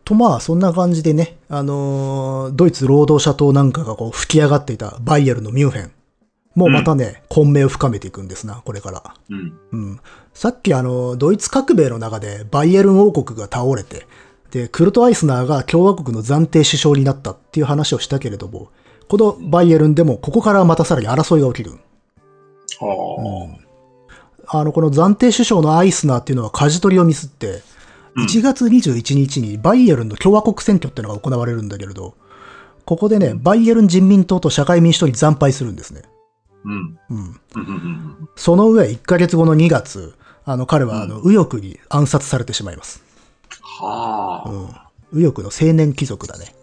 まあ、そんな感じでね、ドイツ労働者党なんかがこう吹き上がっていたバイエルンのミュンヘン。もうまたね、混迷を深めていくんですな、これから。さっきドイツ革命の中でバイエルン王国が倒れて、で、クルト・アイスナーが共和国の暫定首相になったっていう話をしたけれども、このバイエルンでもここからまたさらに争いが起きる。この暫定首相のアイスナーっていうのは舵取りをミスって、1月21日にバイエルンの共和国選挙っていうのが行われるんだけれど、ここでね、バイエルン人民党と社会民主党に惨敗するんですね。その上、1ヶ月後の2月、彼は右翼に暗殺されてしまいます。右翼の青年貴族だね。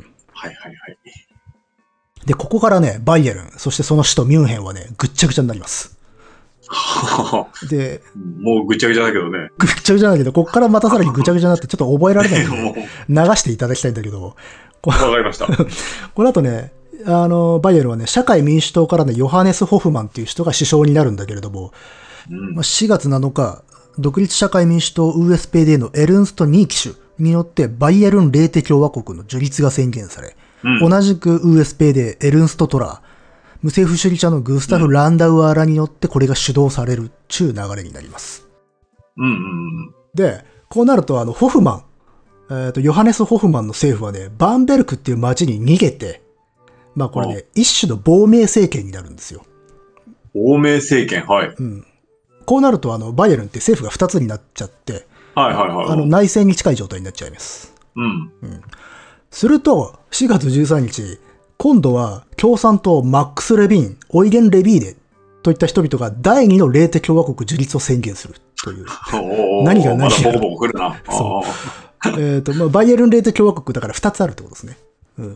で、ここからね、バイエルン、そしてその首都ミュンヘンはね、ぐっちゃぐちゃになります。で、 もうぐちゃぐちゃだけどね。 ぐっちゃぐちゃだけど、ここからまたさらにぐちゃぐちゃになってちょっと覚えられないので、流していただきたいんだけど。 わかりました。 この後ね、バイエルンはね、社会民主党からね、ヨハネス・ホフマンっていう人が首相になるんだけれども、4月7日、独立社会民主党 USPD のエルンスト・ニーキシュによってバイエルンレーテ共和国の樹立が宣言され、同じく USPD エルンスト・トラー、無政府主義者のグスタフ・ランダウアーらによってこれが主導されるちゅう流れになります。で、こうなるとホフマン、ヨハネス・ホフマンの政府はね、バーンベルクっていう町に逃げて、まあこれね、一種の亡命政権になるんですよ。 亡命政権、はい。 こうなるとバイエルンって政府が2つになっちゃって、内戦に近い状態になっちゃいます。すると、4月13日、今度は共産党マックス・レビン、オイゲン・レビーデといった人々が第2のレーテ共和国樹立を宣言するという。何が何が。 まだボコボコ来るな。 そう。バイエルンレーテ共和国だから2つあるってことですね。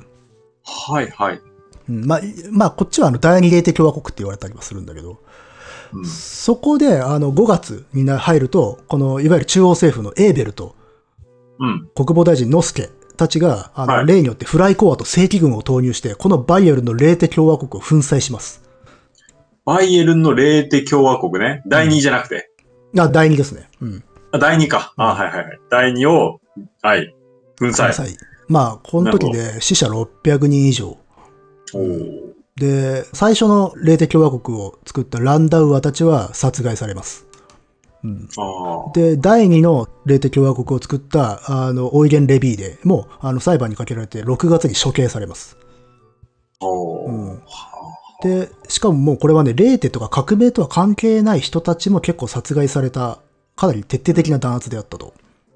まあ、こっちは第二レーテ共和国って言われたりはするんだけど、そこで5月に入ると、このいわゆる中央政府のエーベルと、国防大臣ノスケたちが、例によってフライコアと正規軍を投入して、このバイエルンのレーテ共和国を粉砕します。 バイエルンのレーテ共和国ね。第2じゃなくて。 第2ですね。 第2か。第2を、粉砕。 まあ、この時で死者600人以上。で、最初のレーテ共和国を作ったランダウアたちは殺害されます。で、第2のレーテ共和国を作ったオイゲン・レビーデも裁判にかけられて6月に処刑されます。で、しかももうこれはね、レーテとか革命とは関係ない人たちも結構殺害された、かなり徹底的な弾圧であったと。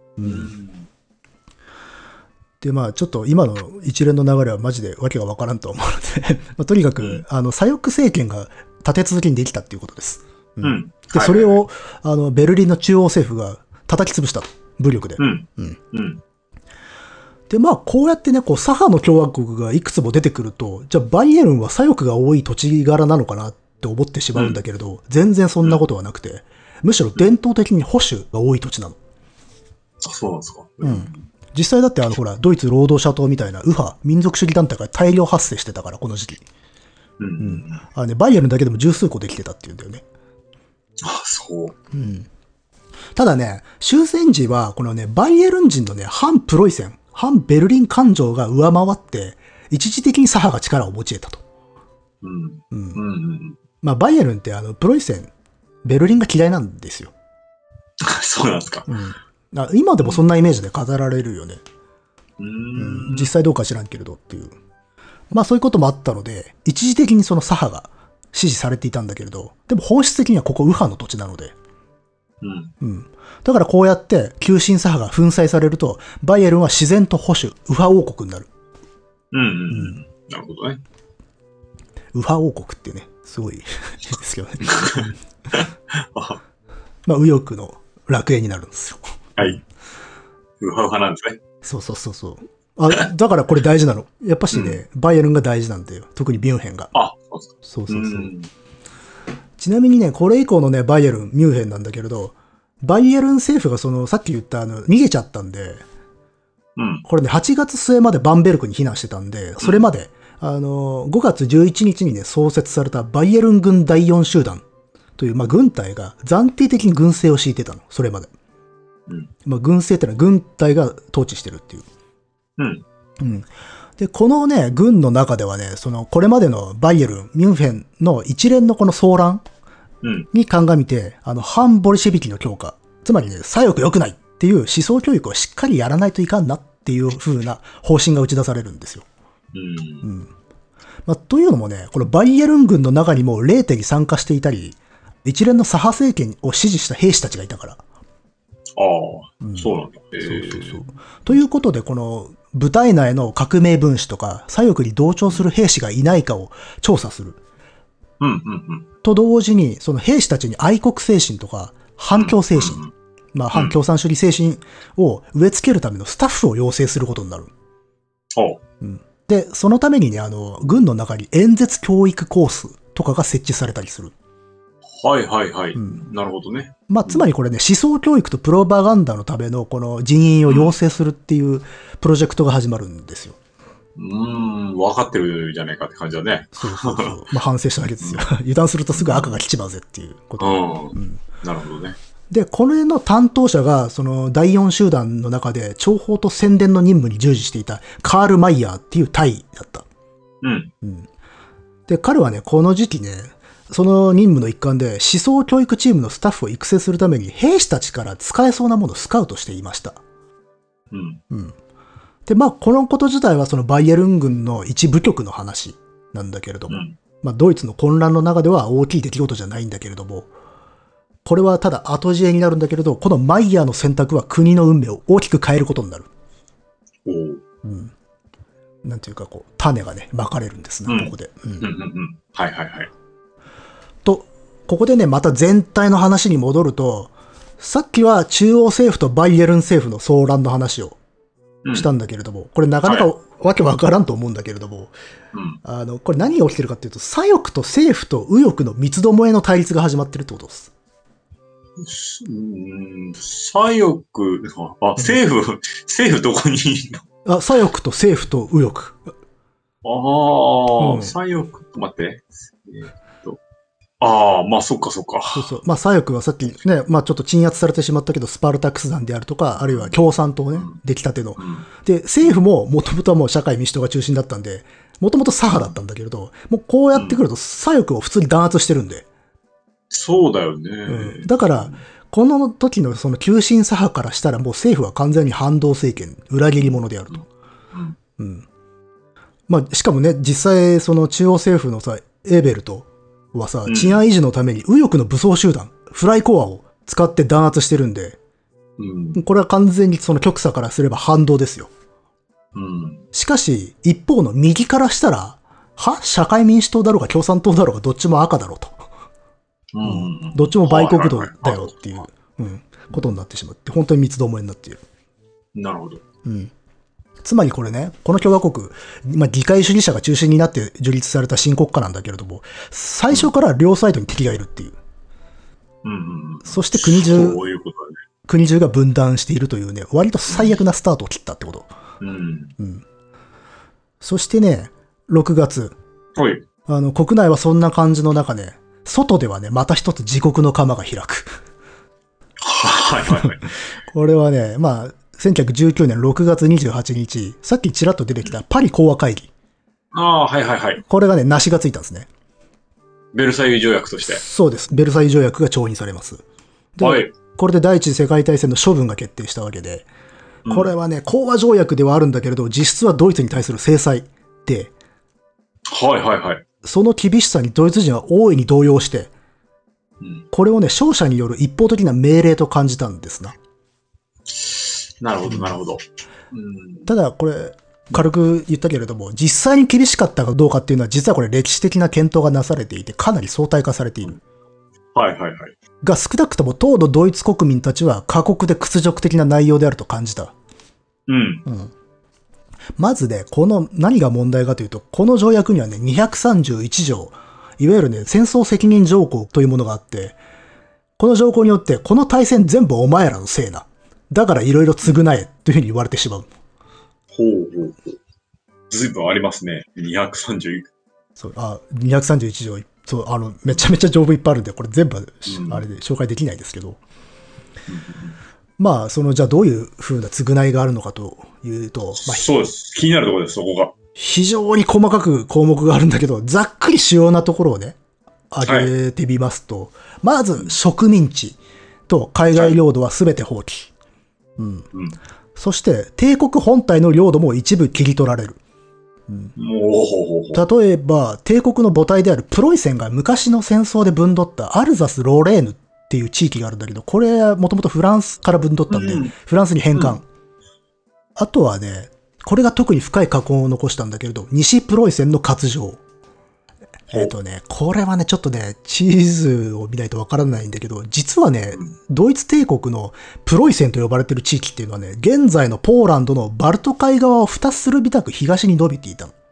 で、まあ、ちょっと今の一連の流れはマジでわけがわからんと思うので、まあ、とにかく、左翼政権が立て続けにできたっていうことです。で、それを、ベルリンの中央政府が叩き潰したと。武力で。で、まあ、こうやってね、こう、左派の共和国がいくつも出てくると、じゃあ、バイエルンは左翼が多い土地柄なのかなって思ってしまうんだけれど、全然そんなことはなくて、むしろ伝統的に保守が多い土地なの。 そうなんですか。 実際だってほら、ドイツ労働者党みたいな右派、民族主義団体が大量発生してたから、この時期。バイエルンだけでも十数個できてたっていうんだよね。 そう。 ただね、終戦時は、このね、バイエルン人のね、反プロイセン、反ベルリン感情が上回って、一時的に左派が力を持ち得たと。まあ、バイエルンってプロイセン、ベルリンが嫌いなんですよ。 そうなんですか。 今でもそんなイメージで語られるよね。実際どうか知らんけれどっていう。まあそういうこともあったので、一時的にその左派が支持されていたんだけれど、でも本質的にはここ右派の土地なので。だからこうやって急進左派が粉砕されると、バイエルンは自然と保守、右派王国になる。 なるほどね。 右派王国ってね、すごいですけどね。まあ右翼の楽園になるんですよ。 右派なんですね。 そう。だからこれ大事なの。やっぱしね、バイエルンが大事なんだよ。特にミュンヘンが。そう。ちなみにね、これ以降のね、バイエルン、ミュンヘンなんだけれど、バイエルン政府がさっき言った逃げちゃったんで、これね、8月末までバンベルクに避難してたんで、それまで、5月11日にね、創設されたバイエルン軍第4集団という、まあ、軍隊が暫定的に軍政を敷いてたの。それまで。まあ、軍政ってのは軍隊が統治してるっていう。 うん。 うん。で、このね、軍の中ではね、これまでのバイエルン、ミュンヘンの一連のこの騒乱に鑑みて、反ボリシェビキの強化、つまりね、左翼良くないっていう思想教育をしっかりやらないといかんなっていう風な方針が打ち出されるんですよ。というのもね、このバイエルン軍の中にもレーテに参加していたり、一連の左派政権を支持した兵士たちがいたから。 そうなんだ。 そう。ということで、この部隊内の革命分子とか、左翼に同調する兵士がいないかを調査する。と同時に、その兵士たちに愛国精神とか、反共精神、反共産主義精神を植え付けるためのスタッフを養成することになる。で、そのためにね、軍の中に演説教育コースとかが設置されたりする。 はい。なるほどね。 つまりこれね、思想教育とプロパガンダのためのこの人員を養成するっていうプロジェクトが始まるんですよ。 分かってるじゃないかって感じだね。 そう。反省しただけですよ。油断するとすぐ赤が来ちまうぜっていうこと。 なるほどね。 で、これの担当者が、その第4集団の中で、諜報と宣伝の任務に従事していたカール・マイヤーっていう隊員だった。で、彼はね、この時期ね、その任務の一環で思想教育チームのスタッフを育成するために兵士たちから使えそうなものをスカウトしていました。で、このこと自体はそのバイエルン軍の一部局の話なんだけれども、ドイツの混乱の中では大きい出来事じゃないんだけれども、これはただ後知恵になるんだけれど、このマイヤーの選択は国の運命を大きく変えることになる。なんていうか種がね、まかれるんですね、ここで。と、ここでね、また全体の話に戻ると、さっきは中央政府とバイエルン政府の騒乱の話をしたんだけれども、これなかなかわけわからんと思うんだけれども、これ何が起きてるかっていうと、左翼と政府と右翼の三つどもえの対立が始まってるってことです。 左翼、政府どこにいるの？左翼と政府と右翼。 左翼、待って。そっか。 そう。左翼はさっきね、ちょっと鎮圧されてしまったけど、スパルタクス団であるとか、あるいは共産党ね、出来たての。で、政府ももともとはもう社会民主党が中心だったんで、もともと左派だったんだけれど、もうこうやってくると左翼を普通に弾圧してるんで。 そうだよね。 だから、この時のその急進左派からしたらもう政府は完全に反動政権、裏切り者であると。しかもね、実際その中央政府のさ、エーベルトはさ、治安維持のために右翼の武装集団、フライコアを使って弾圧してるんで、これは完全にその極左からすれば反動ですよ。しかし、一方の右からしたら、社会民主党だろうが共産党だろうがどっちも赤だろうと。どっちも売国奴だよっていう、ことになってしまって、本当に三つどもえになっている。 なるほど。 つまりこれね、この共和国、議会主義者が中心になって樹立された新国家なんだけれども、最初から両サイドに敵がいるっていう。そして国中が分断しているというね、割と最悪なスタートを切ったってこと。そしてね、6月。国内はそんな感じの中ね、外ではね、また一つ自国の釜が開く。これはね、1919年6月28日、さっきちらっと出てきたパリ講和会議。これがね、梨がついたんですね。 ベルサイユ条約として。 そうです。ベルサイユ条約が調印されます。で、これで第一次世界大戦の処分が決定したわけで、これはね、講和条約ではあるんだけれど、実質はドイツに対する制裁で、その厳しさにドイツ人は大いに動揺して、これをね、勝者による一方的な命令と感じたんですな。 なるほど。 ただ、これ、軽く言ったけれども、実際に厳しかったかどうかっていうのは、実はこれ歴史的な検討がなされていて、かなり相対化されている。が、少なくとも当のドイツ国民たちは過酷で屈辱的な内容であると感じた。まずね、何が問題かというと、この条約にはね、231条、いわゆるね、戦争責任条項というものがあって、この条項によって、この大戦全部お前らのせいな。だからいろいろ償え、というふうに言われてしまう。 ずいぶんありますね。231。 231条。そう、めちゃめちゃ条文いっぱいあるんで、これ全部、あれで紹介できないですけど。 まあ、じゃあどういう風な償いがあるのかというと、まあ、 そうです。気になるところです、そこが。 非常に細かく項目があるんだけど、ざっくり主要なところをね、挙げてみますと、はい、まず、植民地と海外領土は全て放棄。うん。そして、帝国本体の領土も一部切り取られる。うん、例えば、帝国の母体であるプロイセンが昔の戦争で分取ったアルザス・ロレーヌっていう地域があるんだけど、これはもともとフランスから分取ったんで、フランスに返還。あとはね、これが特に深い禍根を残したんだけれど、西プロイセンの割譲。これはね、ちょっとね、地図を見ないとわからないんだけど、実はね、ドイツ帝国のプロイセンと呼ばれている地域っていうのはね、現在のポーランドのバルト海側を二するびたく東に伸びていたの。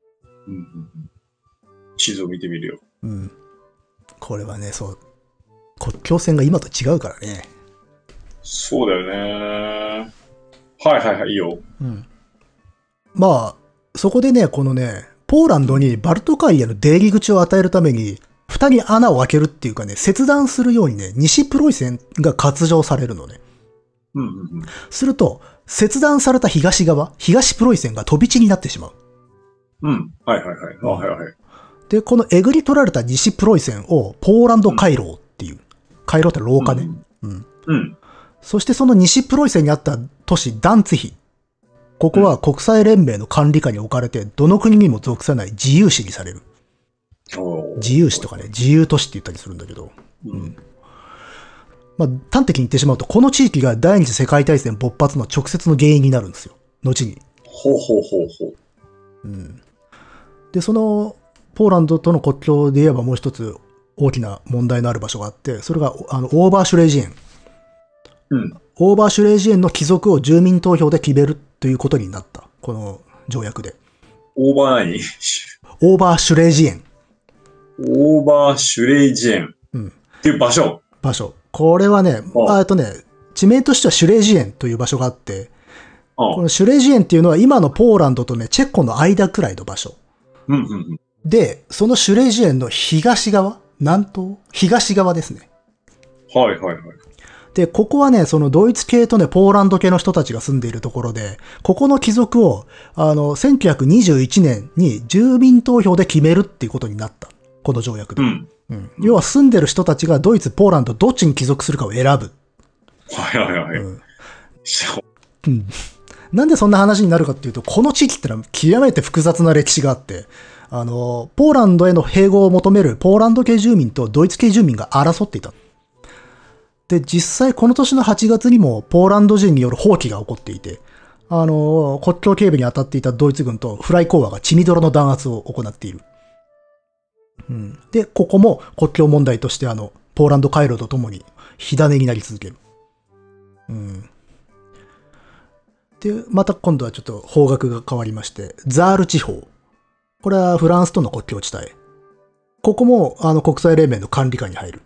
地図を見てみるよ。 うん。これはね、そう、国境線が今と違うからね。 そうだよね。はいはいはい、いいよ。 うん。まあ、そこでね、このね、ポーランドにバルト海への出入り口を与えるために、蓋に穴を開けるっていうかね、切断するようにね、西プロイセンが割譲されるのね。すると、切断された東側、東プロイセンが飛び地になってしまう。 はいはいはい。はいはい。 で、このえぐり取られた西プロイセンをポーランド回廊っていう。回廊って廊下ね。そしてその西プロイセンにあった都市ダンツヒ。ここは国際連盟の管理下に置かれて、どの国にも属さない自由市にされる。自由市とかね、自由都市って言ったりするんだけど。まあ、端的に言ってしまうと、この地域が第二次世界大戦勃発の直接の原因になるんですよ。後に。で、その、ポーランドとの国境で言えばもう一つ大きな問題のある場所があって、それが、オーバーシュレージ園。オーバーシュレージ園の帰属を住民投票で決めるということになった。この条約で。 オーバー何？ オーバーシュレージ園。 オーバーシュレージ園。っていう場所。 これはね、地名としてはシュレージ園という場所があって、このシュレージ園っていうのは今のポーランドとね、チェコの間くらいの場所。で、そのシュレージ園の東側、南東東側ですね。 はいはいはい。 で、ここはね、そのドイツ系とね、ポーランド系の人たちが住んでいるところで、ここの帰属を、1921年に住民投票で決めるっていうことになった。この条約で。要は住んでる人たちがドイツ、ポーランドどっちに帰属するかを選ぶ。なんでそんな話になるかっていうと、この地域ってのは極めて複雑な歴史があって、ポーランドへの併合を求めるポーランド系住民とドイツ系住民が争っていた。で、実際この年の8月にもポーランド人による蜂起が起こっていて、国境警備に当たっていたドイツ軍とフライコーワが血みどろの弾圧を行っている。で、ここも国境問題としてポーランド回廊とともに火種になり続ける。で、また今度はちょっと方角が変わりまして、ザール地方。これはフランスとの国境地帯。ここも国際連盟の管理下に入る。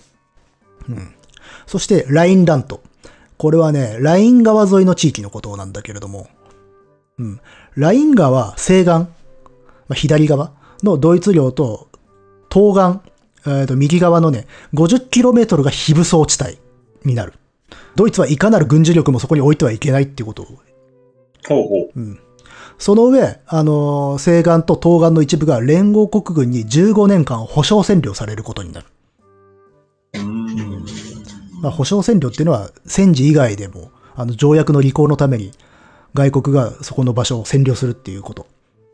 そして、ラインラント。これはね、ライン川沿いの地域のことなんだけれども、ライン川西岸、左側のドイツ領と、東岸、右側のね、50km が非武装地帯になる。ドイツはいかなる軍事力もそこに置いてはいけないっていうことを。その上、西岸と東岸の一部が連合国軍に15年間保障占領されることになる。保障占領っていうのは戦時以外でも条約の履行のために外国がそこの場所を占領するっていうこと。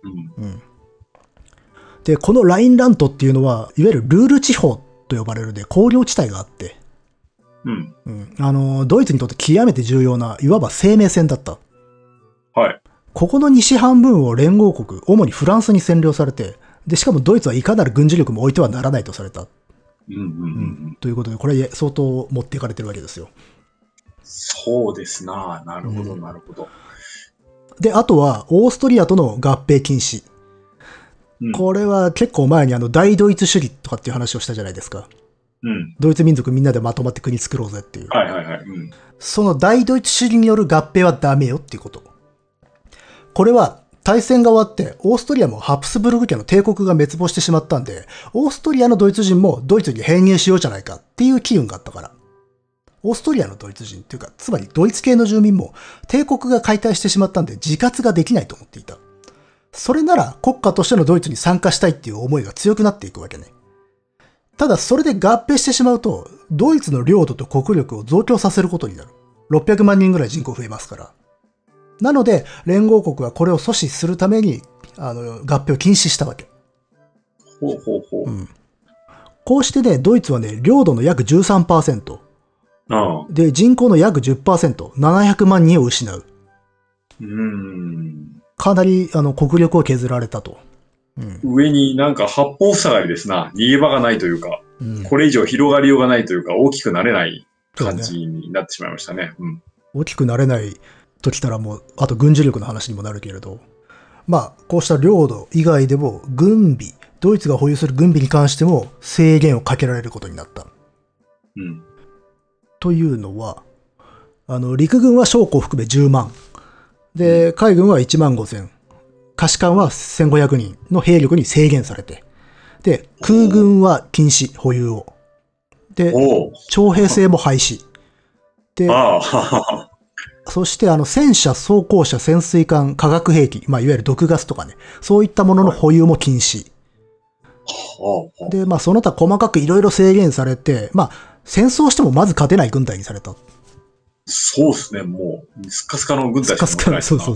で、このラインラントっていうのはいわゆるルール地方と呼ばれるで工業地帯があって、ドイツにとって極めて重要ないわば生命線だった。ここの西半分を連合国、主にフランスに占領されて、でしかもドイツはいかなる軍事力も置いてはならないとされた。ということで、これ相当持っていかれてるわけですよ。 そうですな。なるほど、なるほど。 で、あとは、オーストリアとの合併禁止。これは結構前に大ドイツ主義とかっていう話をしたじゃないですか。ドイツ民族みんなでまとまって国作ろうぜっていう。その大ドイツ主義による合併はダメよっていうこと。これは、大戦が終わって、オーストリアもハプスブルグ家の帝国が滅亡してしまったんで、オーストリアのドイツ人もドイツに編入しようじゃないかっていう機運があったから。 オーストリアのドイツ人っていうか、つまりドイツ系の住民も帝国が解体してしまったんで自活ができないと思っていた。それなら国家としてのドイツに参加したいっていう思いが強くなっていくわけね。ただそれで合併してしまうと、ドイツの領土と国力を増強させることになる。600万人ぐらい人口増えますから。なので、連合国はこれを阻止するために、合併を禁止したわけ。 ほうほうほう。 こうしてね、ドイツはね、領土の約 13%。で、人口の約 10%、700万人を失う。かなり、国力を削られたと。 上になんか八方塞がりですな。逃げ場がないというか、これ以上広がりようがないというか、大きくなれない感じになってしまいましたね。 大きくなれないときたらもう、あと軍事力の話にもなるけれど、まあ、こうした領土以外でも、軍備、ドイツが保有する軍備に関しても制限をかけられることになった。というのは、陸軍は将校を含め10万。で、海軍は1万5000。下士官は1500人の兵力に制限されて。で、空軍は禁止、保有を。で、徴兵制も廃止。で、そして戦車、装甲車、潜水艦、化学兵器、まあ、いわゆる毒ガスとかね、そういったものの保有も禁止。で、まあ、その他細かくいろいろ制限されて、まあ、戦争してもまず勝てない軍隊にされた。 そうですね、もう、スカスカの軍隊しか持ってない。 そう。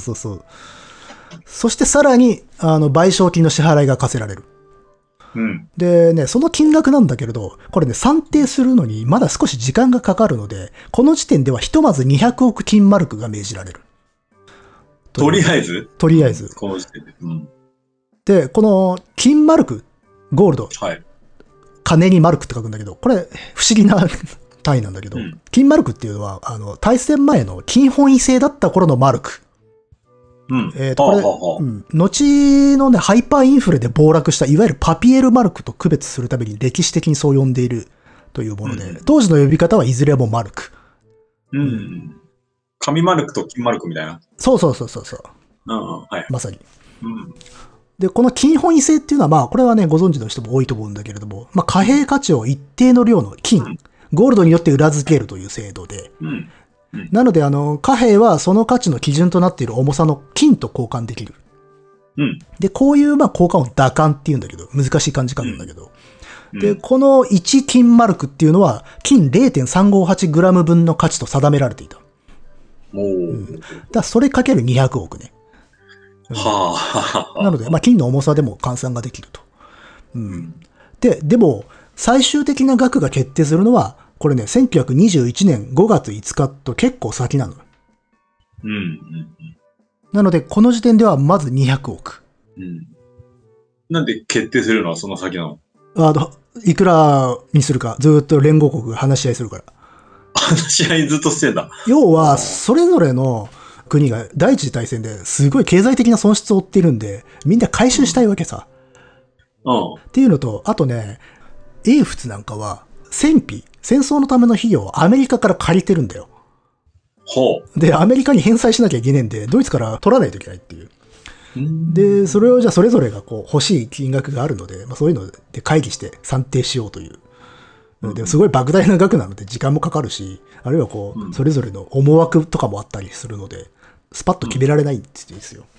そしてさらに、賠償金の支払いが課せられる。でね、その金額なんだけれど、これね、算定するのにまだ少し時間がかかるので、この時点ではひとまず200億金マルクが命じられる。 とりあえず。この時点で。 で、この金マルク、ゴールド。金にマルクって書くんだけど、これ不思議な単位なんだけど、金マルクっていうのは、大戦前の金本位制だった頃のマルク。これ、後のね、ハイパーインフレで暴落した、いわゆるパピエルマルクと区別するために歴史的にそう呼んでいるというもので、当時の呼び方はいずれもマルク。 紙マルクと金マルクみたいな。 そう。まさに。で、この金本位制っていうのは、まあ、これはね、ご存知の人も多いと思うんだけれども、まあ、貨幣価値を一定の量の金、ゴールドによって裏付けるという制度で、なので、貨幣はその価値の基準となっている重さの金と交換できる。で、こういう、まあ、交換を打換っていうんだけど、難しい漢字書くんだけど。で、この1金マルクっていうのは、金 0.358 グラム分の価値と定められていた。だそれかける200億ね。なので、まあ、金の重さでも換算ができると。でも、最終的な額が決定するのは、これね、1921年5月5日と結構先なの。なので、この時点ではまず200億。 なんで決定するのはその先なの？ いくらにするか、ずっと連合国が話し合いするから。 話し合いずっとしてんだ。 要は、それぞれの国が第一次大戦ですごい経済的な損失を負っているんで、みんな回収したいわけさ。っていうのと、あとね、英仏なんかは、戦争のための費用をアメリカから借りてるんだよ。で、アメリカに返済しなきゃいけねえんで、ドイツから取らないといけないっていう。で、それをじゃあそれぞれがこう欲しい金額があるので、まあそういうので会議して算定しようという。ですごい莫大な額なので時間もかかるし、あるいはこう、それぞれの思惑とかもあったりするので、スパッと決められないんですよ。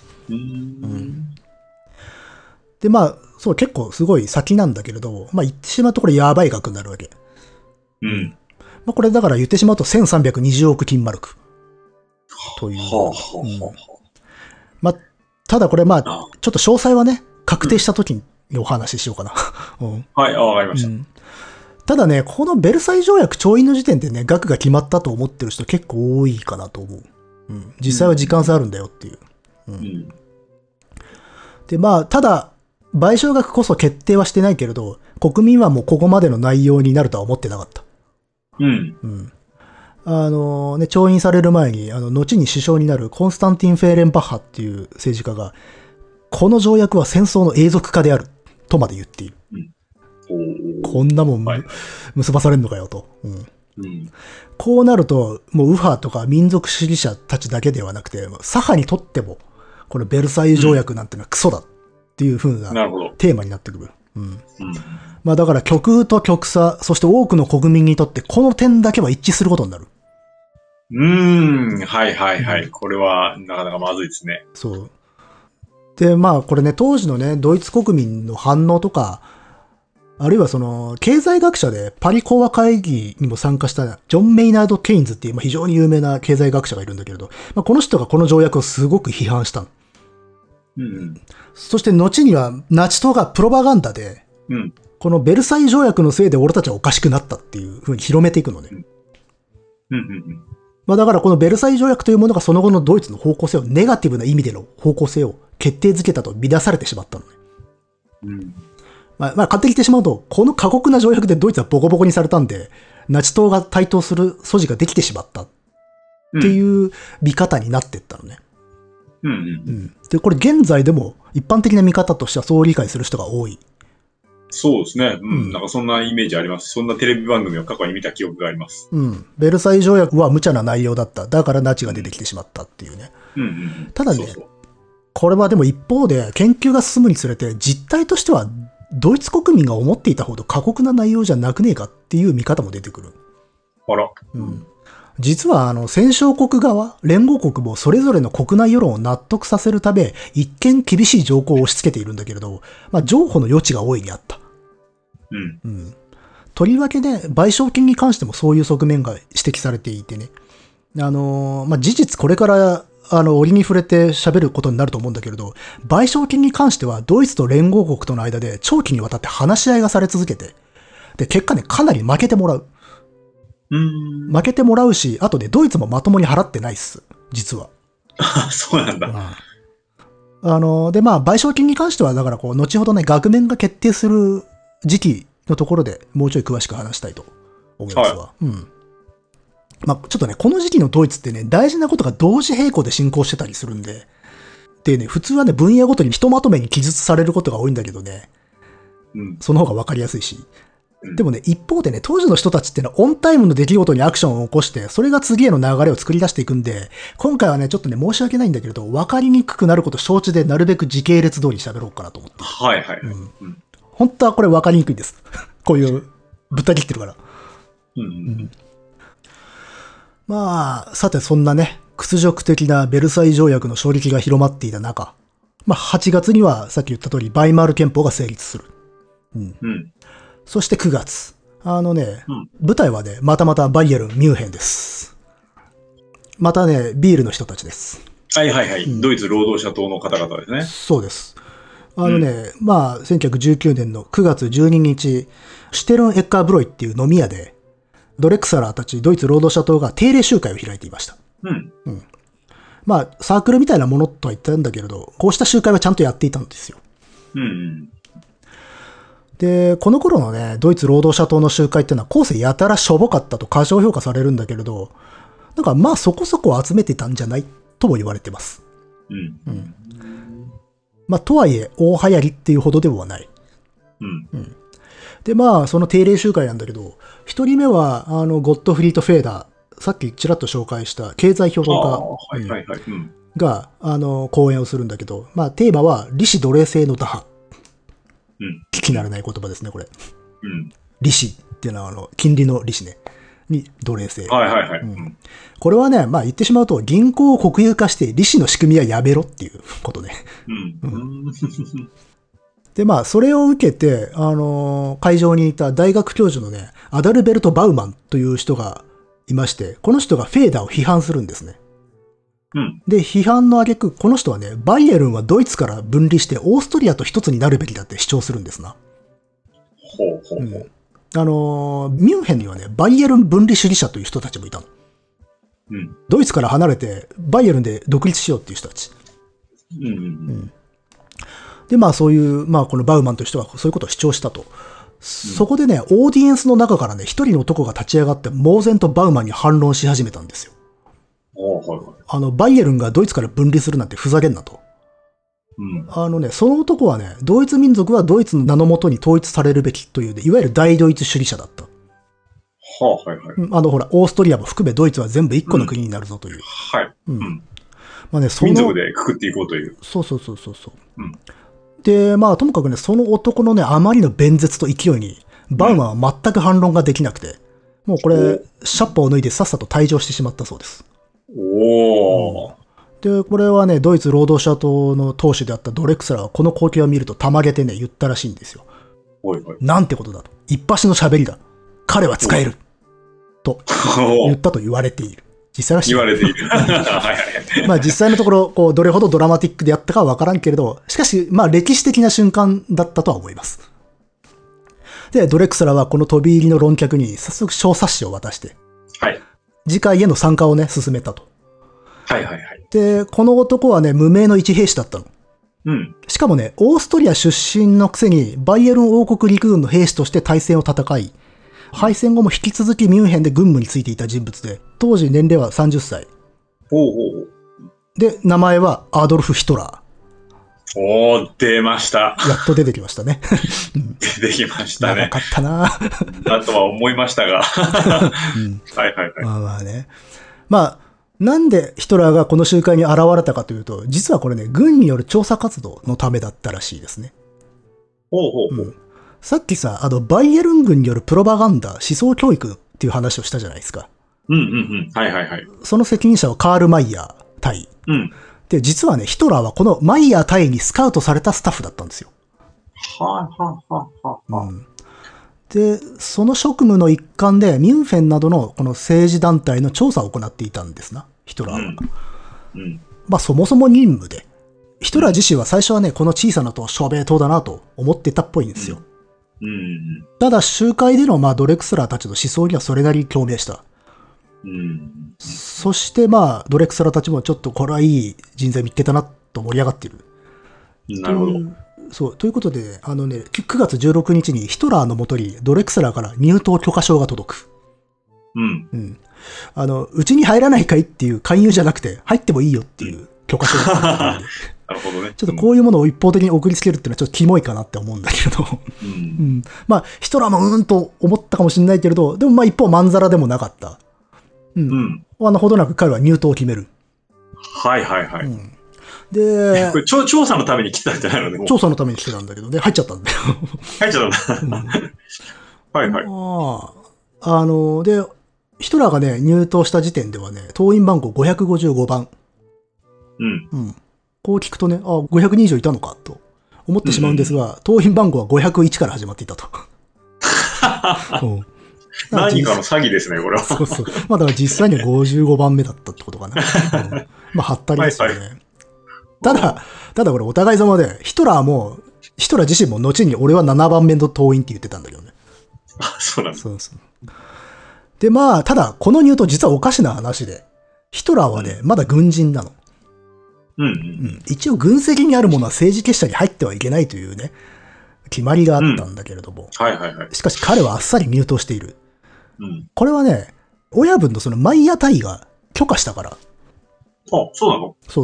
で、まあ、そう、結構すごい先なんだけれど、まあ言ってしまうとこれやばい額になるわけ。まあこれだから言ってしまうと1320億金マルク。という。まあ、ただこれまあ、ちょっと詳細はね、確定した時にお話ししようかな。 はい、わかりました。 ただね、このベルサイ条約調印の時点でね、額が決まったと思ってる人結構多いかなと思う。実際は時間差あるんだよっていう。で、まあ、ただ、賠償額こそ決定はしてないけれど、国民はもうここまでの内容になるとは思ってなかった。調印される前に、後に首相になるコンスタンティン・フェーレンバッハっていう政治家が、この条約は戦争の永続化である、とまで言っている。こんなもん、結ばされるのかよと。こうなると、もう右派とか民族主義者たちだけではなくて、左派にとっても、このベルサイユ条約なんてのはクソだっていう風なテーマになってくる。 うん。まあだから極右と極左、そして多くの国民にとってこの点だけは一致することになる。 はいはいはい。これはなかなかまずいですね。 そう。で、まあこれね、当時のね、ドイツ国民の反応とか、あるいはその、経済学者でパリ講和会議にも参加したジョン・メイナード・ケインズっていう非常に有名な経済学者がいるんだけれど、まあ、この人がこの条約をすごく批判したの。そして後にはナチ党がプロパガンダで、このベルサイユ条約のせいで俺たちはおかしくなったっていう風に広めていくのね。まあだからこのベルサイユ条約というものがその後のドイツの方向性を、ネガティブな意味での方向性を決定づけたと見出されてしまったのね。まあ勝手に言ってしまうと、この過酷な条約でドイツはボコボコにされたんで、ナチ党が台頭する素地ができてしまったっていう見方になっていったのね。で、これ現在でも一般的な見方としてはそう理解する人が多い。 そうですね。なんかそんなイメージあります。そんなテレビ番組を過去に見た記憶があります。 ベルサイユ条約は無茶な内容だった。だからナチが出てきてしまったっていうね。ただね、これはでも一方で研究が進むにつれて実態としてはドイツ国民が思っていたほど過酷な内容じゃなくねえかっていう見方も出てくる。 あら。 実は戦勝国側、連合国もそれぞれの国内世論を納得させるため、一見厳しい条項を押し付けているんだけれど、まあ、譲歩の余地が大いにあった。とりわけで、賠償金に関してもそういう側面が指摘されていてね。まあ、事実これから、折に触れて喋ることになると思うんだけれど、賠償金に関してはドイツと連合国との間で長期にわたって話し合いがされ続けて、で、結果ね、かなり負けてもらう。負けてもらうし、あとでドイツもまともに払ってないっす。実は。 そうなんだ。 で、まあ、賠償金に関しては、だからこう、後ほどね、額面が決定する時期のところでもうちょい詳しく話したいと思いますわ。まあ、ちょっとね、この時期のドイツってね、大事なことが同時並行で進行してたりするんで、でね、普通はね、分野ごとにひとまとめに記述されることが多いんだけどね、その方がわかりやすいし。でもね、一方でね、当時の人たちってのはオンタイムの出来事にアクションを起こして、それが次への流れを作り出していくんで、今回はね、ちょっとね、申し訳ないんだけれど、わかりにくくなること承知で、なるべく時系列通り喋ろうかなと思って。本当はこれわかりにくいんです。こういう、ぶった切ってるから。まあ、さてそんなね、屈辱的なベルサイユ条約の衝撃が広まっていた中、まあ8月にはさっき言った通りバイマール憲法が成立する。そして9月。舞台はね、またまたバイエルン、ミュンヘンです。またね、ビールの人たちです。 ドイツ労働者党の方々ですね。 そうです。まあ、1919年の9月12日、シュテルン・エッカーブロイっていう飲み屋で、ドレクサラーたちドイツ労働者党が定例集会を開いていました。まあ、サークルみたいなものとは言ったんだけれど、こうした集会はちゃんとやっていたんですよ。で、この頃のね、ドイツ労働者党の集会っていうのは後世やたらしょぼかったと過小評価されるんだけれど、なんかまあそこそこ集めてたんじゃないとも言われてます。まあとはいえ大流行りっていうほどではない。でまあその定例集会なんだけど、一人目はゴットフリート・フェーダー、さっきちらっと紹介した経済評論家が講演をするんだけど、まあテーマは利子奴隷制の打破。聞き慣れない言葉ですね、これ。利子っていうのは金利の利子ね。に奴隷制。これはね、まあ言ってしまうと銀行を国有化して利子の仕組みはやめろっていうことね。で、まあそれを受けて、会場にいた大学教授のね、アダルベルト・バウマンという人がいまして、この人がフェーダーを批判するんですね。で、批判の挙句、この人はね、バイエルンはドイツから分離してオーストリアと一つになるべきだって主張するんですな。ミュンヘンにはね、バイエルン分離主義者という人たちもいたの。ドイツから離れて、バイエルンで独立しようっていう人たち。で、まあそういう、まあこのバウマンという人はそういうことを主張したと。そこでね、オーディエンスの中からね、一人の男が立ち上がって猛然とバウマンに反論し始めたんですよ。バイエルンがドイツから分離するなんてふざけんなと。その男はね、ドイツ民族はドイツの名のもとに統一されるべきという、いわゆる大ドイツ主義者だった。ほら、オーストリアも含めドイツは全部一個の国になるぞという。まあね、 民族でくくっていこうという。 で、まあ、ともかくね、その男のね、あまりの弁舌と勢いに、バウマンは全く反論ができなくて、もうこれ、シャッパを脱いでさっさと退場してしまったそうです。 おー。 で、これはね、ドイツ労働者党の党首であったドレクスラーはこの光景を見るとたまげてね、言ったらしいんですよ。 おいおい。 なんてことだと。一発の喋りだ。彼は使える。と言ったと言われている。実際は言われている。はいはい。 まあ実際のところ、こう、どれほどドラマティックでやったかはわからんけれど、しかし、まあ歴史的な瞬間だったとは思います。で、ドレクスラーはこの飛び入りの論客に早速小冊子を渡して、 はい。 次回への参加をね、進めたと。 はいはいはい。 で、この男はね、無名の一兵士だったの。 うん。 しかもね、オーストリア出身のくせに、バイエルン王国陸軍の兵士として大戦を戦い、敗戦後も引き続きミュンヘンで軍務についていた人物で、当時年齢は30歳。 おう。 で、名前はアドルフ・ヒトラー。 おー、出ました。 やっと出てきましたね。 出てきましたね。 長かったなだとは思いましたが。はいはいはい。 まあまあね。まあ、なんでヒトラーがこの集会に現れたかというと、実はこれね、軍による調査活動のためだったらしいですね。 ほう。 さっきさ、バイエルン軍によるプロパガンダ、思想教育っていう話をしたじゃないですか。 はいはいはい。 その責任者はカール・マイヤー隊。 うん。 で、実はね、ヒトラーはこのマイヤー隊にスカウトされたスタッフだったんですよ。で、その職務の一環で、ミュンフェンなどのこの政治団体の調査を行っていたんですな、ヒトラーは。まあ、そもそも任務で。ヒトラー自身は最初はね、この小さな党、小米党だなと思ってたっぽいんですよ。ただ、集会でのまあドレクスラーたちの思想にはそれなりに共鳴した。そしてまあ、ドレクスラーたちもちょっとこれはいい人材見つけたなと盛り上がっている。 なるほど。 そう。ということで、9月16日にヒトラーのもとにドレクスラーから入党許可証が届く。うちに入らないかいっていう勧誘じゃなくて、入ってもいいよっていう許可証が届く。 なるほどね。 ちょっとこういうものを一方的に送りつけるっていうのはちょっとキモいかなって思うんだけど。まあ、ヒトラーもと思ったかもしれないけれど、でもまあ一方まんざらでもなかった。ほどなく彼は入党を決める。 はい。 で、 これ調査のために来たんじゃないのね。 調査のために来てたんだけどね、入っちゃったんだよ。 入っちゃったんだ。はい。 で、ヒトラーがね、入党した時点ではね、党員番号555番。こう聞くとね、500人以上いたのかと思ってしまうんですが、党員番号は501から始まっていたと。 何かの詐欺ですね、これは。 そう。まあだから実際には55番目だったってことかな。まあ、はったりですよね。ただこれお互い様で、ヒトラー自身も後に俺は7番目の党員って言ってたんだけどね。 そうなんです。 そう。で、まあ、ただ、この入党実はおかしな話で、ヒトラーはね、まだ軍人なの。一応軍籍にあるものは政治結社に入ってはいけないというね、決まりがあったんだけれども。しかし彼はあっさり入党している。これはね、親分のそのマイヤ隊が許可したから。 あ、そうなの？ そう。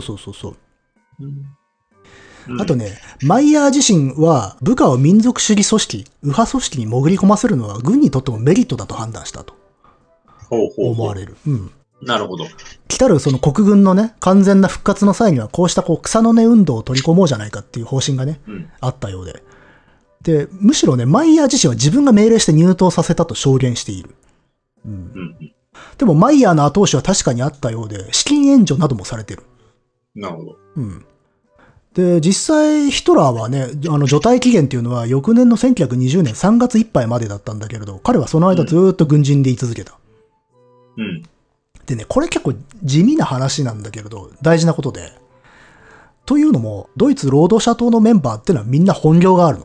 あとね、マイヤー自身は部下を民族主義組織、右派組織に潜り込ませるのは軍にとってもメリットだと判断したと。思われる。 なるほど。 来たるその国軍のね、完全な復活の際にはこうした草の根運動を取り込もうじゃないかっていう方針がね、あったようで。で、むしろね、マイヤー自身は自分が命令して入党させたと証言している。でもマイヤーの後押しは確かにあったようで、資金援助などもされてる。 なるほど。 で、実際ヒトラーはね、除隊期限っていうのは翌年の1920年3月いっぱいまでだったんだけれど、彼はその間ずーっと軍人で居続けた。でね、これ結構地味な話なんだけれど、大事なことで。というのも、ドイツ労働者党のメンバーってのはみんな本業があるの。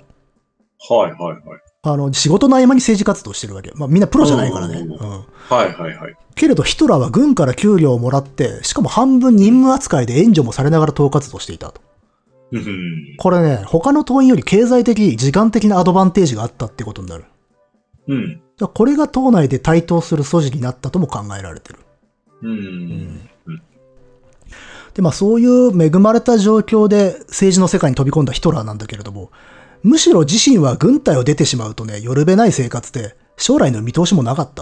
仕事の合間に政治活動してるわけ。まあみんなプロじゃないからね。けれどヒトラーは軍から給料をもらって、しかも半分任務扱いで援助もされながら党活動していたと。これね、他の党員より経済的、時間的なアドバンテージがあったってことになる。これが党内で台頭する素地になったとも考えられてる。で、まあそういう恵まれた状況で政治の世界に飛び込んだヒトラーなんだけれども、むしろ自身は軍隊を出てしまうとね、よるべない生活で、将来の見通しもなかった。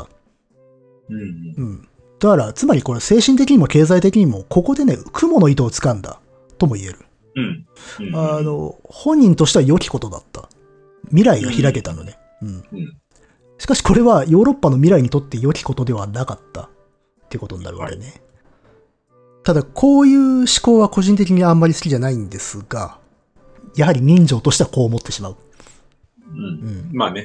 だから、つまりこれ精神的にも経済的にも、ここでね、蜘蛛の糸を掴んだ、とも言える。 うん。 本人としては良きことだった。未来が開けたのね。しかしこれはヨーロッパの未来にとって良きことではなかったっていうことになるわけね。はい、ただ、こういう思考は個人的にあんまり好きじゃないんですが、やはり人情としてはこう思ってしまう。 まあね。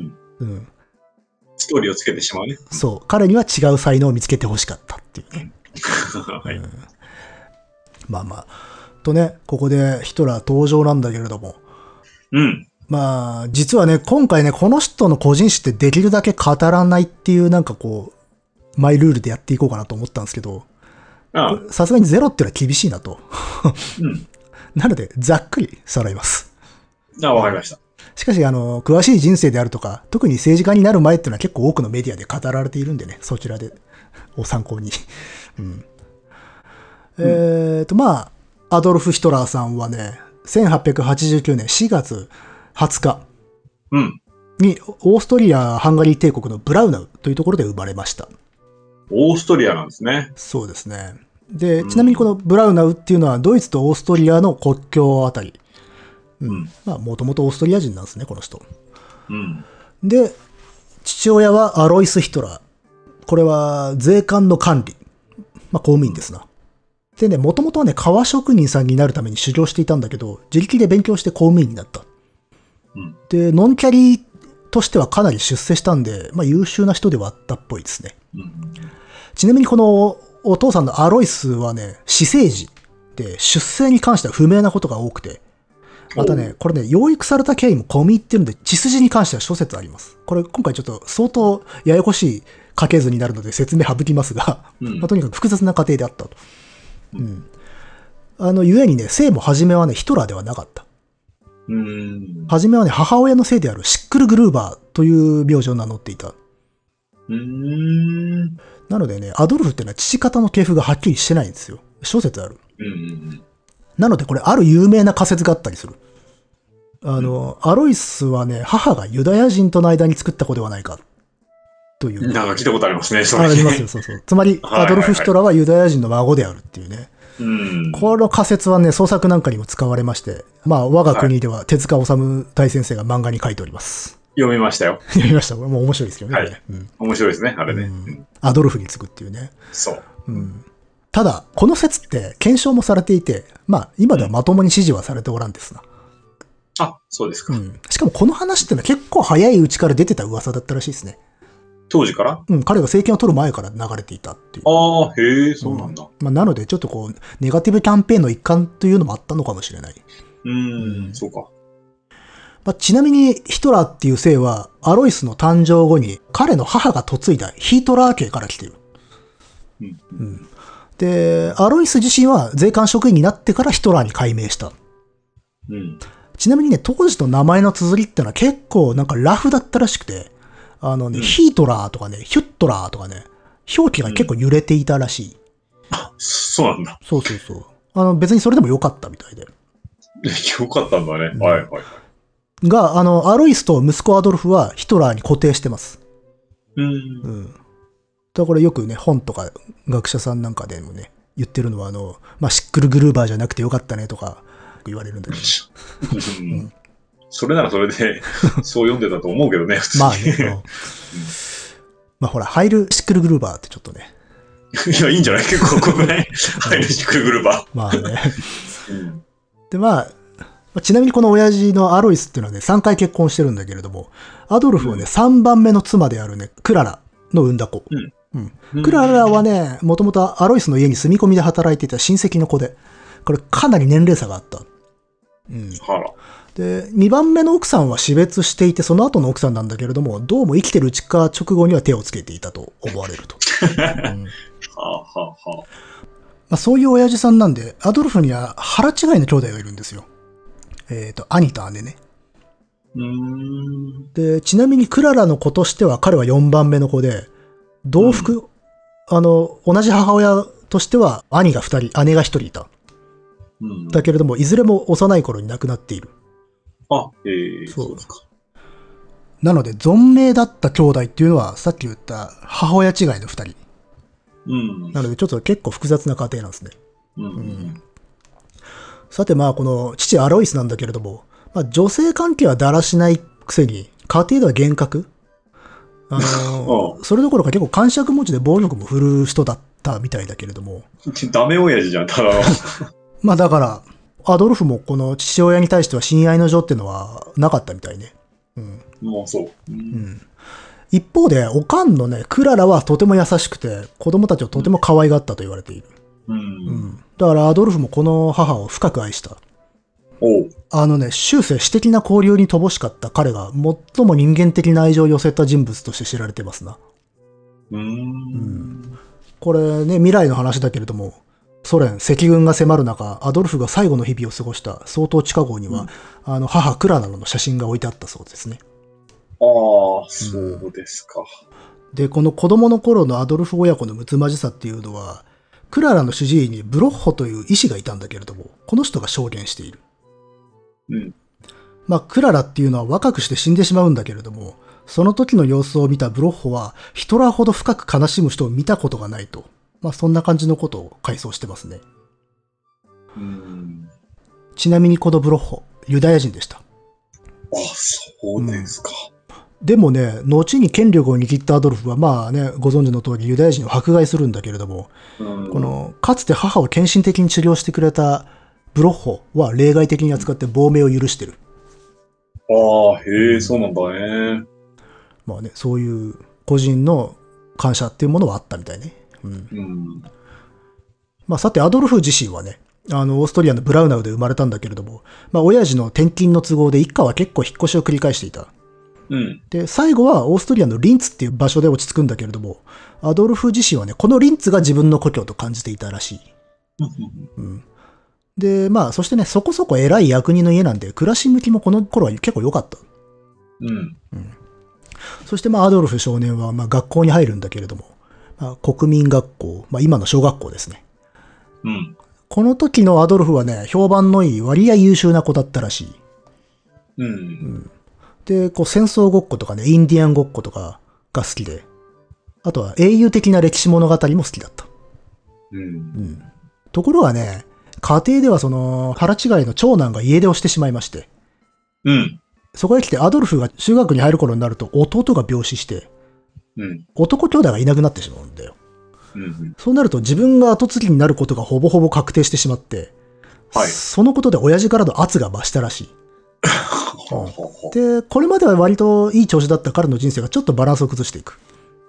ストーリーをつけてしまうね。 そう。彼には違う才能を見つけてほしかったっていうね。はい、まあまあ。とね、ここでヒトラー登場なんだけれども。まあ、実はね、今回ね、この人の個人史ってできるだけ語らないっていうなんかこう、マイルールでやっていこうかなと思ったんですけど、さすがにゼロっていうのは厳しいなと。なので、ざっくりさらいます。 わかりました。 しかし、詳しい人生であるとか、特に政治家になる前っていうのは結構多くのメディアで語られているんでね、そちらで、を参考に。まあ、アドルフ・ヒトラーさんはね、1889年4月20日に、オーストリア・ハンガリー帝国のブラウナウというところで生まれました。 オーストリアなんですね。 そうですね。で、ちなみにこのブラウナウっていうのはドイツとオーストリアの国境あたり。まあ、もともとオーストリア人なんですね、この人。で、父親はアロイス・ヒトラー。これは税関の管理。まあ、公務員ですな。でね、もともとはね、革職人さんになるために修行していたんだけど、自力で勉強して公務員になった。で、ノンキャリーとしてはかなり出世したんで、まあ、優秀な人ではあったっぽいですね。ちなみにこのお父さんのアロイスはね、私生児で出生に関しては不明なことが多くて、またね、これね、養育された経緯も込み入ってるんで、血筋に関しては諸説あります。これ今回ちょっと相当ややこしい家系図になるので説明省きますが、まあ、とにかく複雑な家庭であったと。ゆえにね、姓も初めはね、ヒトラーではなかった。初めはね、母親の姓であるシックルグルーバーという名字を名乗っていた。なのでね、アドルフっていうのは父方の系譜がはっきりしてないんですよ。諸説ある。なのでこれある有名な仮説があったりする。アロイスはね、母がユダヤ人との間に作った子ではないか。という。 なんか聞いたことありますね、それ。 ありますよ、そうそう。つまり、アドルフ・ヒトラーはユダヤ人の孫であるっていうね。この仮説はね、創作なんかにも使われまして、まあ、我が国では手塚治虫大先生が漫画に書いております。 読みましたよ。 読みました。もう面白いですけどね。はい。 面白いですね、あれね。 アドルフに次ぐっていうね。 そう。 ただ、この説って検証もされていて、まあ、今ではまともに支持はされておらんですな。 あ、そうですか。 しかもこの話ってのは結構早いうちから出てた噂だったらしいですね。 当時から？ 彼が政権を取る前から流れていたっていう。 ああ、へえ、そうなんだ。 まあ、なので、ちょっとこう、ネガティブキャンペーンの一環というのもあったのかもしれない。 そうか。 まあ、ちなみに、ヒトラーっていう姓は、アロイスの誕生後に、彼の母が嫁いだヒートラー家から来ている。で、アロイス自身は税関職員になってからヒトラーに改名した。ちなみにね、当時の名前の綴りってのは結構なんかラフだったらしくて、ヒートラーとかね、ヒュットラーとかね、表記が結構揺れていたらしい。 そうなんだ。 そうそうそう。別にそれでもよかったみたいで。 よかったんだね。はいはい。 が、アロイスと息子アドルフはヒトラーに固定してます。だからよくね、本とか学者さんなんかでもね、言ってるのはまあ、シックルグルーバーじゃなくてよかったねとか言われるんだけど。 それならそれで、そう読んでたと思うけどね、普通に。 まあね。まあほら、ハイルシックルグルーバーってちょっとね。 いや、いいんじゃない結構ここね。ハイルシックルグルーバー。 まあね。で、まあ、ちなみにこの親父のアロイスっていうのはね、3回結婚してるんだけれども、アドルフはね、3番目の妻であるね、クララの産んだ子。クララはね、もともとアロイスの家に住み込みで働いていた親戚の子で、これかなり年齢差があった。で、2番目の奥さんは死別していて、その後の奥さんなんだけれども、どうも生きてるうちか直後には手をつけていたと思われると。まあ、そういう親父さんなんで、アドルフには腹違いの兄弟がいるんですよ。兄と姉ね。で、ちなみにクララの子としては彼は4番目の子で、同服、同じ母親としては兄が2人、姉が1人いた。だけれども、いずれも幼い頃に亡くなっている。そうですか。なので、存命だった兄弟っていうのは、さっき言った母親違いの2人。なので、ちょっと結構複雑な家庭なんですね。 さてこの父アロイスなんだけれども、女性関係はだらしないくせに、家庭では厳格。それどころか結構感触持ちで暴力も振るう人だったみたいだけれども。 ダメ親父じゃん、ただの。 だから、アドルフもこの父親に対しては親愛の情っていうのはなかったみたいね。 もうそう。 一方で、おかんのね、クララはとても優しくて、子供たちをとても可愛がったと言われている。だからアドルフもこの母を深く愛した。終生私的な交流に乏しかった彼が最も人間的な愛情を寄せた人物として知られてますな。これね、未来の話だけれども、ソ連、赤軍が迫る中、アドルフが最後の日々を過ごした総統地下壕には、母クララの写真が置いてあったそうですね。 そうですか。 で、この子供の頃のアドルフ親子のむつまじさっていうのは、クララの主治医にブロッホという医師がいたんだけれども、この人が証言している。クララっていうのは若くして死んでしまうんだけれども、その時の様子を見たブロッホは、ヒトラーほど深く悲しむ人を見たことがないと。そんな感じのことを回想してますね。ちなみにこのブロッホ、ユダヤ人でした。 そうですか。 でもね、後に権力を握ったアドルフはご存知の通りユダヤ人を迫害するんだけれども、かつて母を献身的に治療してくれたブロッホは例外的に扱って亡命を許してる。 へえ、そうなんだね。 そういう個人の感謝っていうものはあったみたいね。さて、アドルフ自身はね、オーストリアのブラウナウで生まれたんだけれども、親父の転勤の都合で一家は結構引っ越しを繰り返していた。で、最後はオーストリアのリンツっていう場所で落ち着くんだけれども、アドルフ自身はね、このリンツが自分の故郷と感じていたらしい。で、そしてね、そこそこ偉い役人の家なんで、暮らし向きもこの頃は結構良かった。そしてアドルフ少年は学校に入るんだけれども、国民学校、今の小学校ですね。この時のアドルフはね、評判のいい割合優秀な子だったらしい。で、戦争ごっことかね、インディアンごっことかが好きで、あとは英雄的な歴史物語も好きだった。ところがね、家庭ではその腹違いの長男が家出をしてしまいまして、そこへ来てアドルフが中学に入る頃になると弟が病死して、男兄弟がいなくなってしまうんだよ。そうなると自分が後継ぎになることがほぼほぼ確定してしまって、そのことで親父からの圧が増したらしい。で、これまでは割といい調子だった彼の人生がちょっとバランスを崩していく。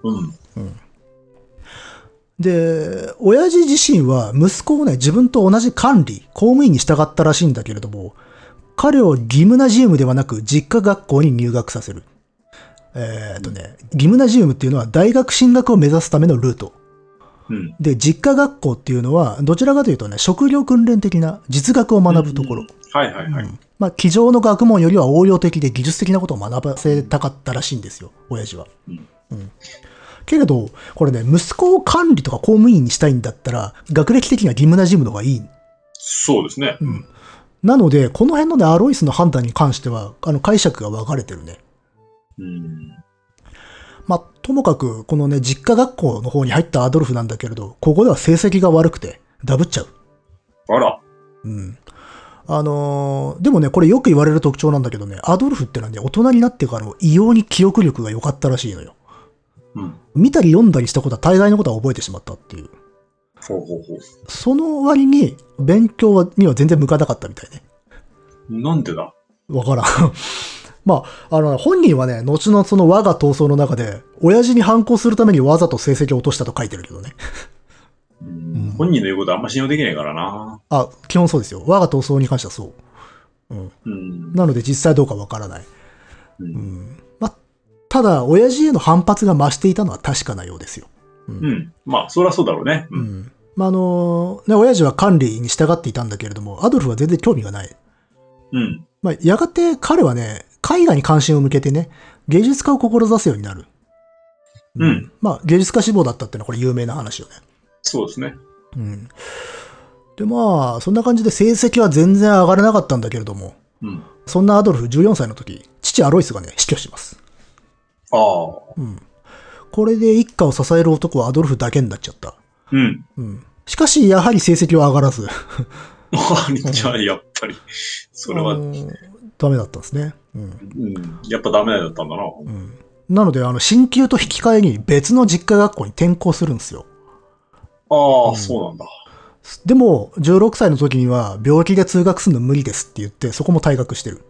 で、親父自身は息子をね、自分と同じ管理、公務員に従ったらしいんだけれども、彼をギムナジウムではなく実家学校に入学させる。ギムナジウムっていうのは大学進学を目指すためのルート。で、実家学校っていうのは、どちらかというとね、職業訓練的な実学を学ぶところ。机上の学問よりは応用的で技術的なことを学ばせたかったらしいんですよ、親父は。けれど、これね、息子を管理とか公務員にしたいんだったら、学歴的にはギムナジウムの方がいい。 そうですね。 なので、この辺のね、アロイスの判断に関しては、解釈が分かれてるね。ともかく、このね、実家学校の方に入ったアドルフなんだけれど、ここでは成績が悪くて、ダブっちゃう。でもね、これよく言われる特徴なんだけどね、アドルフってのはね、大人になってから異様に記憶力が良かったらしいのよ。見たり読んだりしたことは大概のことは覚えてしまったっていう。その割に、勉強には全然向かなかったみたいね。 なんでだ？ わからん。本人はね、後のその我が闘争の中で、親父に反抗するためにわざと成績を落としたと書いてるけどね。 本人の言うことはあんま信用できないからな。 基本そうですよ。我が闘争に関してはそう。なので実際どうかわからない。ただ、親父への反発が増していたのは確かなようですよ。 そりゃそうだろうね。 親父は管理に従っていたんだけれども、アドルフは全然興味がない。やがて彼はね、絵画に関心を向けてね、芸術家を志すようになる。芸術家志望だったっていうのはこれ有名な話よね。 そうですね。 で、そんな感じで成績は全然上がらなかったんだけれども、そんなアドルフ14歳の時、父アロイスがね、死去します。これで一家を支える男はアドルフだけになっちゃった。しかし、やはり成績は上がらず。 じゃあ、やっぱり、それは、 ダメだったんですね。 やっぱダメだったんだな。 なので、進級と引き換えに別の実家学校に転校するんですよ。 ああ、そうなんだ。 でも、16歳の時には、病気で通学するの無理ですって言って、そこも退学してる。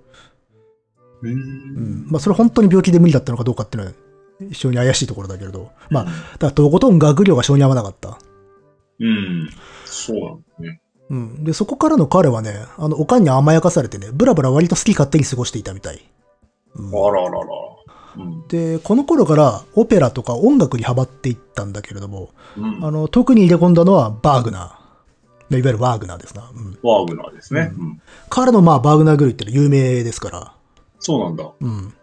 まあ、それ本当に病気で無理だったのかどうかっていうのは、非常に怪しいところだけれど。まあ、だからとことん学業が性に合わなかった。 そうなんですね。 で、そこからの彼はね、おかんに甘やかされてね、ブラブラ割と好き勝手に過ごしていたみたい。 あららら。 で、この頃からオペラとか音楽にハマっていったんだけれども、特に入れ込んだのはバーグナー。いわゆるワーグナーですな。 ワーグナーですね。 彼のまあバーグナー狂いってのは有名ですから。 そうなんだ。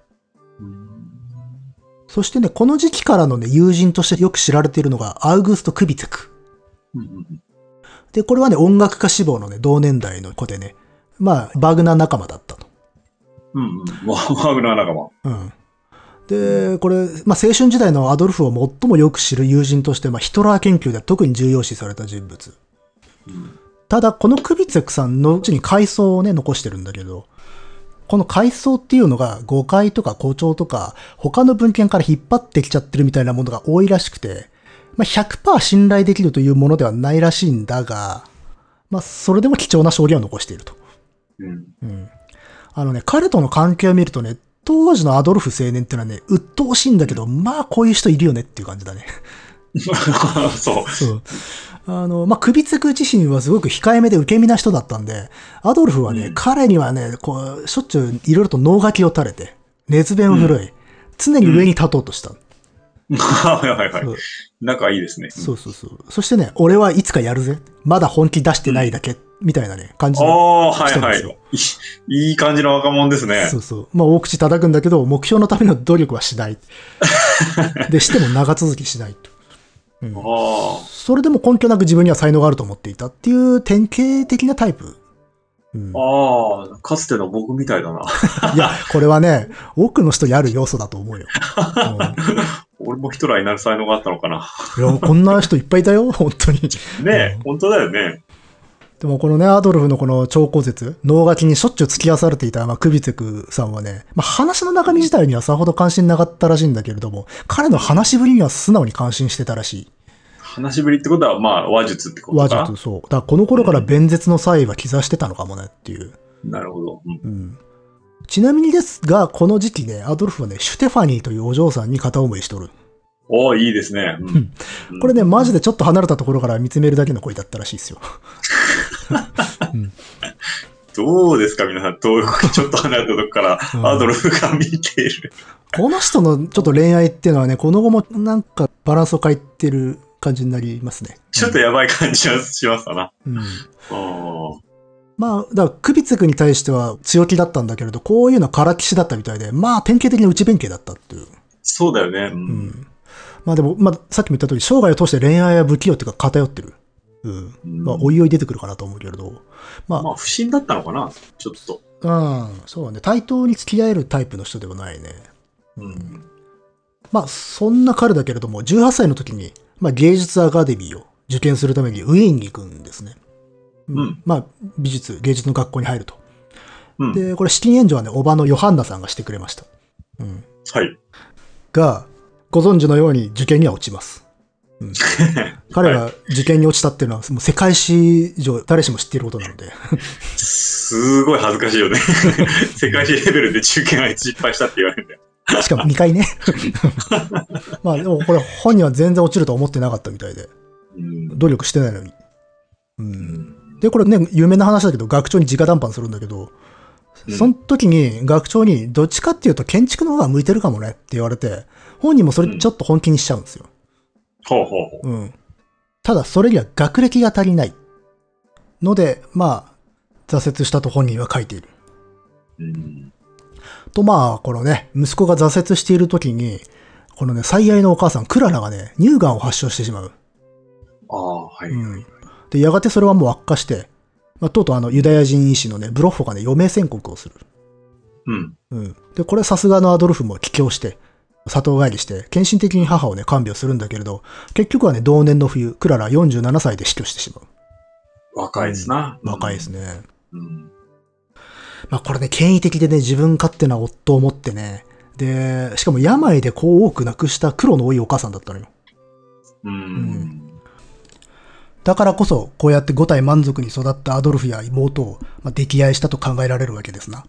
そしてね、この時期からのね、友人としてよく知られているのがアウグスト・クビツェク。で、これはね、音楽家志望のね、同年代の子でね、まあ、バーグナー仲間だったと。 バーグナー仲間。 で、これ、まあ、青春時代のアドルフを最もよく知る友人として、まあ、ヒトラー研究では特に重要視された人物。ただ、このクビツェクさんのうちに階層をね、残してるんだけど、この階層っていうのが誤解とか誇張とか、他の文献から引っ張ってきちゃってるみたいなものが多いらしくて、まあ、100% 信頼できるというものではないらしいんだが、まあ、それでも貴重な証言を残していると。彼との関係を見るとね、当時のアドルフ青年ってのはね、鬱陶しいんだけど、まあ、こういう人いるよねっていう感じだね。 そう。 まあ、クビツェク自身はすごく控えめで受け身な人だったんで、アドルフはね、彼にはね、こう、しょっちゅういろいろと脳書きを垂れて、熱弁を振るい、常に上に立とうとした。 はい。仲いいですね。 そう。そしてね、俺はいつかやるぜ。まだ本気出してないだけ。みたいなね、感じの人なんですよ。 いい感じの若者ですね。 そう。まあ、大口叩くんだけど、目標のための努力はしない。で、しても長続きしないと。それでも根拠なく自分には才能があると思っていたっていう典型的なタイプ。 かつての僕みたいだな。 いや、これはね、多くの人にある要素だと思うよ。 俺もヒトラーになる才能があったのかな。 いや、こんな人いっぱいいたよ、本当に。 ね本当だよね。 でもこのね、アドルフのこの超高絶、脳書きにしょっちゅう付き合わされていた、まあ、クビツェクさんはね、まあ、話の中身自体にはさほど関心なかったらしいんだけれども、彼の話しぶりには素直に関心してたらしい。 話しぶりってことは、まあ、話術ってことか。 話術、そう。だからこの頃から弁舌の際は兆してたのかもねっていう。 なるほど。 ちなみにですが、この時期ね、アドルフはね、シュテファニーというお嬢さんに片思いしとる。 いいですね。 これね、マジでちょっと離れたところから見つめるだけの恋だったらしいですよ。 どうですか皆さん。ちょっと離れたところからアドルフが見ている。 この人のちょっと恋愛っていうのはね、この後もなんかバランスを変えてる感じになりますね。 ちょっとやばい感じはしますかな。 まあ、だからクビツェクに対しては強気だったんだけれど、こういうのはからきしだったみたいで、まあ典型的な内弁慶だったっていう。 そうだよね。 まあでも、まあさっきも言った通り、生涯を通して恋愛は不器用っていうか偏ってる。まあ、おいおい出てくるかなと思うけれど。 まあ、不審だったのかなちょっと。 そうね。対等に付き合えるタイプの人ではないね。まあ、そんな彼だけれども、18歳の時に、まあ、芸術アカデミーを受験するためにウィーンに行くんですね。まあ、美術、芸術の学校に入ると。で、これ資金援助はね、おばのヨハンナさんがしてくれました。 はい。 が、ご存知のように受験には落ちます。彼が受験に落ちたっていうのは、もう世界史上誰しも知っていることなので。 すごい恥ずかしいよね。世界史レベルで受験あいつ失敗したって言われるんだよ。 しかも2回ね。まあでもこれ本人は全然落ちると思ってなかったみたいで。努力してないのに。で、これね、有名な話だけど、学長に直談判するんだけど、その時に学長にどっちかっていうと建築の方が向いてるかもねって言われて、本人もそれちょっと本気にしちゃうんですよ。ただそれには学歴が足りないので、まあ挫折したと本人は書いている。とまあこのね、息子が挫折している時に、このね、最愛のお母さんクララがね、乳がんを発症してしまう。でやがてそれはもう悪化して、まあ、とうとうユダヤ人医師のね、ブロッフォがね、余命宣告をする。でこれさすがのアドルフも帰郷して。里帰りして、献身的に母をね、看病するんだけれど、結局はね、同年の冬、クララ47歳で死去してしまう。 若いですな。 若いですね。 うん。 まあこれね、権威的でね、自分勝手な夫を持ってね、で、しかも病で子を多く亡くした苦労の多いお母さんだったのよ。だからこそ、こうやって五体満足に育ったアドルフや妹を、溺愛したと考えられるわけですな。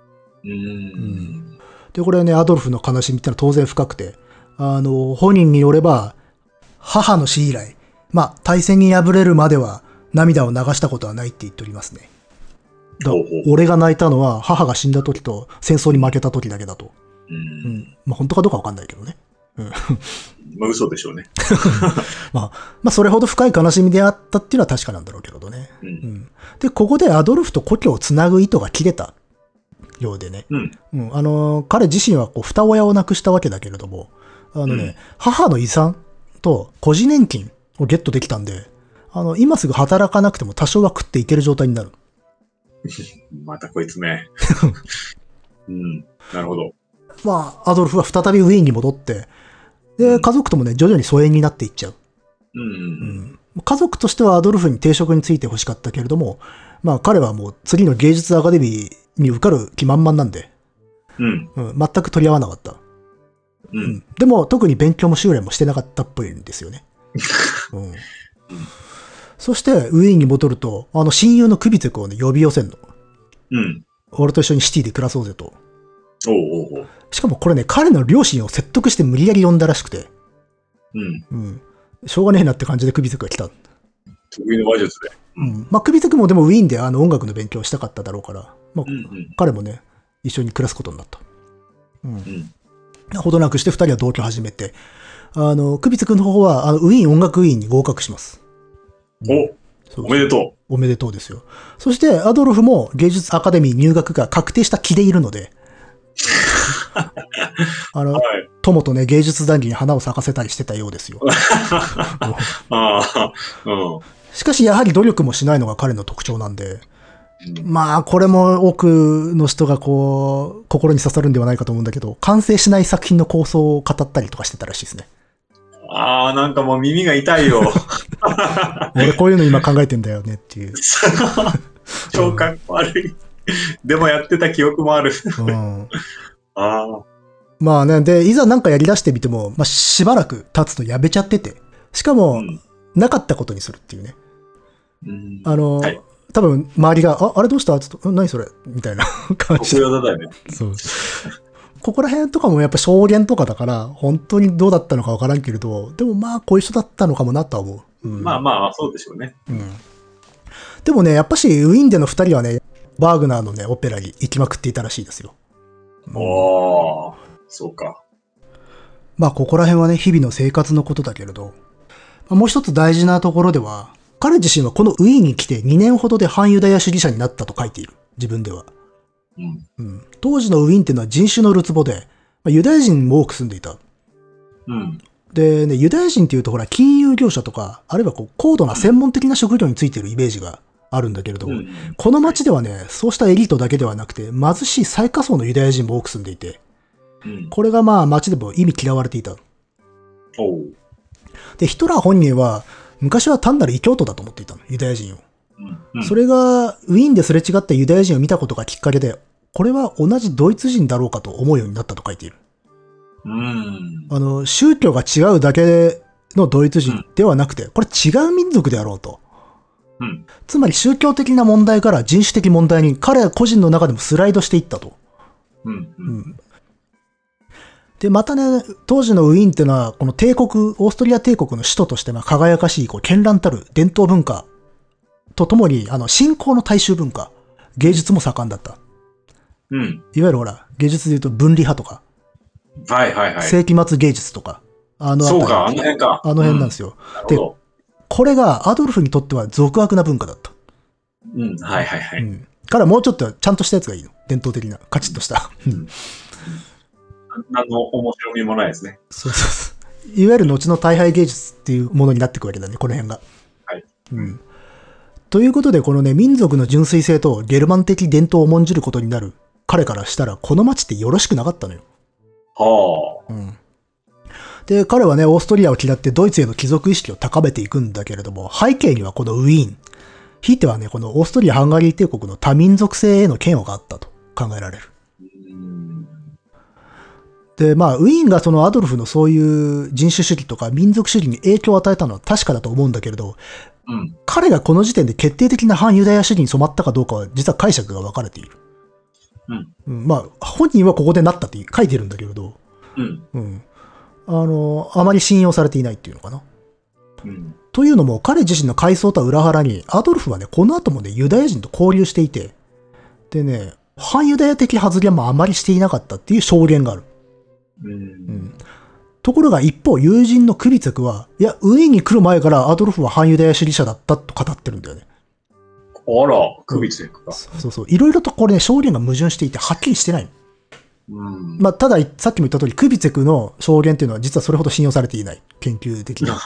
で、これね、アドルフの悲しみってのは当然深くて、本人によれば、母の死以来、大戦に敗れるまでは涙を流したことはないって言っておりますね。俺が泣いたのは母が死んだ時と戦争に負けた時だけだと。本当かどうかわかんないけどね。 嘘でしょうね。 それほど深い悲しみであったっていうのは確かなんだろうけどね。で、ここでアドルフと故郷をつなぐ糸が切れたようでね。彼自身は二親を亡くしたわけだけれども、母の遺産と孤児年金をゲットできたんで、今すぐ働かなくても多少は食っていける状態になる。 またこいつね。なるほど。 アドルフは再びウィーンに戻って、で、家族ともね、徐々に疎遠になっていっちゃう。家族としてはアドルフに定職について欲しかったけれども、彼はもう次の芸術アカデミーに受かる気満々なんで、全く取り合わなかった。でも、特に勉強も修練もしてなかったっぽいんですよね。そして、ウィーンに戻ると、親友のクビツェクをね、呼び寄せんの。俺と一緒にシティで暮らそうぜと。しかもこれね、彼の両親を説得して無理やり呼んだらしくて。しょうがねえなって感じでクビツェクが来た。 得意の話術で。 クビツェクもでもウィーンで音楽の勉強をしたかっただろうから、彼もね、一緒に暮らすことになった。ほどなくして二人は同居を始めて、クビツェクの方は、ウィーン音楽院に合格します。 おめでとう。おめでとうですよ。そして、アドルフも芸術アカデミー入学が確定した気でいるので、友とね、芸術談義に花を咲かせたりしてたようですよ。しかし、やはり努力もしないのが彼の特徴なんで、これも多くの人が心に刺さるんではないかと思うんだけど、完成しない作品の構想を語ったりとかしてたらしいですね。 なんかもう耳が痛いよ。 俺こういうの今考えてんだよねっていう。 超かっこ悪い。でもやってた記憶もある。 で、いざなんかやり出してみても、しばらく経つとやめちゃってて。しかも、なかったことにするっていうね。多分、周りが、あれどうしたつって、何それみたいな感じ。 だよね。 そう。ここら辺とかもやっぱ証言とかだから、本当にどうだったのかわからんけれど、でもこういう人だったのかもなとは思う。 そうでしょうね。 でもね、やっぱし、ウィーンでの二人はね、バーグナーのね、オペラに行きまくっていたらしいですよ。 そうか。 ここら辺はね、日々の生活のことだけれど、もう一つ大事なところでは、彼自身はこのウィーンに来て2年ほどで反ユダヤ主義者になったと書いている。自分では。当時のウィーンっていうのは人種のるつぼで、ユダヤ人も多く住んでいた。でね、ユダヤ人っていうとほら、金融業者とか、あるいは高度な専門的な職業についているイメージがあるんだけれど、この町ではね、そうしたエリートだけではなくて、貧しい最下層のユダヤ人も多く住んでいて、これが町でも意味嫌われていた。で、ヒトラー本人は、昔は単なる異教徒だと思っていたの、ユダヤ人を。それが、ウィーンですれ違ったユダヤ人を見たことがきっかけで、これは同じドイツ人だろうかと思うようになったと書いている。宗教が違うだけのドイツ人ではなくて、これ違う民族であろうと。つまり宗教的な問題から人種的問題に彼個人の中でもスライドしていったと。で、またね、当時のウィーンっていうのは、この帝国、オーストリア帝国の首都として輝かしい絢爛たる伝統文化とともに、信仰の大衆文化、芸術も盛んだった。いわゆるほら、芸術で言うと分離派とか。世紀末芸術とか。 そうか、あの辺か。 あの辺なんですよ。で、これがアドルフにとっては俗悪な文化だった。からもうちょっとちゃんとしたやつがいいの。伝統的な、カチッとした。 何の面白みもないですね。 そうそう。いわゆる後の大敗芸術っていうものになっていくわけだね、この辺が。ということで、このね、民族の純粋性とゲルマン的伝統を重んじることになる彼からしたら、この町ってよろしくなかったのよ。で、彼はね、オーストリアを嫌ってドイツへの帰属意識を高めていくんだけれども、背景にはこのウィーン、 ひいてはね、このオーストリア・ハンガリー帝国の多民族性への嫌悪があったと考えられる。で、まあ、ウィーンがそのアドルフのそういう人種主義とか民族主義に影響を与えたのは確かだと思うんだけれど、彼がこの時点で決定的な反ユダヤ主義に染まったかどうかは実は解釈が分かれている。まあ、本人はここでなったって書いてるんだけれど、あまり信用されていないっていうのかな。というのも、彼自身の階層とは裏腹に、アドルフはね、この後もね、ユダヤ人と交流していて、でね、反ユダヤ的発言もあまりしていなかったっていう証言がある。ところが一方、友人のクビツェクは、いや、ウィーンに来る前からアドルフは反ユダヤ主義者だったと語ってるんだよね。 あら、クビツェクか。 そうそう。いろいろとこれね、証言が矛盾していて、はっきりしてない。まあ、ただ、さっきも言った通り、クビツェクの証言っていうのは実はそれほど信用されていない。研究的な。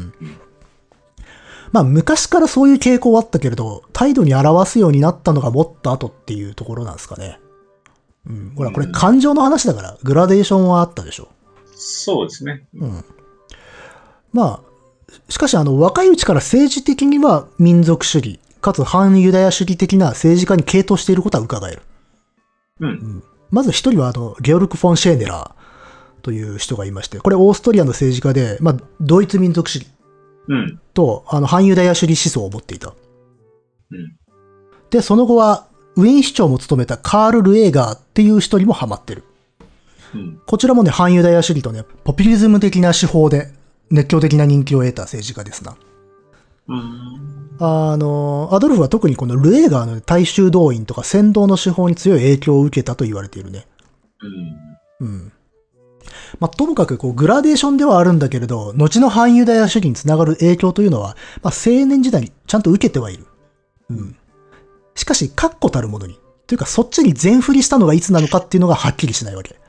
まあ、昔からそういう傾向はあったけれど、態度に表すようになったのがもっと後っていうところなんですかね。ほら、これ感情の話だから、グラデーションはあったでしょ。 そうですね。 まあ、しかし若いうちから政治的には民族主義、かつ反ユダヤ主義的な政治家に傾倒していることは伺える。まず一人はゲオルク・フォン・シェーネラーという人がいまして、これオーストリアの政治家で、まあ、ドイツ民族主義と、反ユダヤ主義思想を持っていた。で、その後は、ウィーン市長も務めたカール・ルエーガーっていう人にもハマってる。こちらもね、反ユダヤ主義とね、ポピュリズム的な手法で熱狂的な人気を得た政治家ですな。アドルフは特にこのルエーガーの大衆動員とか扇動の手法に強い影響を受けたと言われているね。まあ、ともかくこうグラデーションではあるんだけれど、後の反ユダヤ主義につながる影響というのは、まあ、青年時代にちゃんと受けてはいる。しかし、確固たるものに。というか、そっちに全振りしたのがいつなのかっていうのがはっきりしないわけ。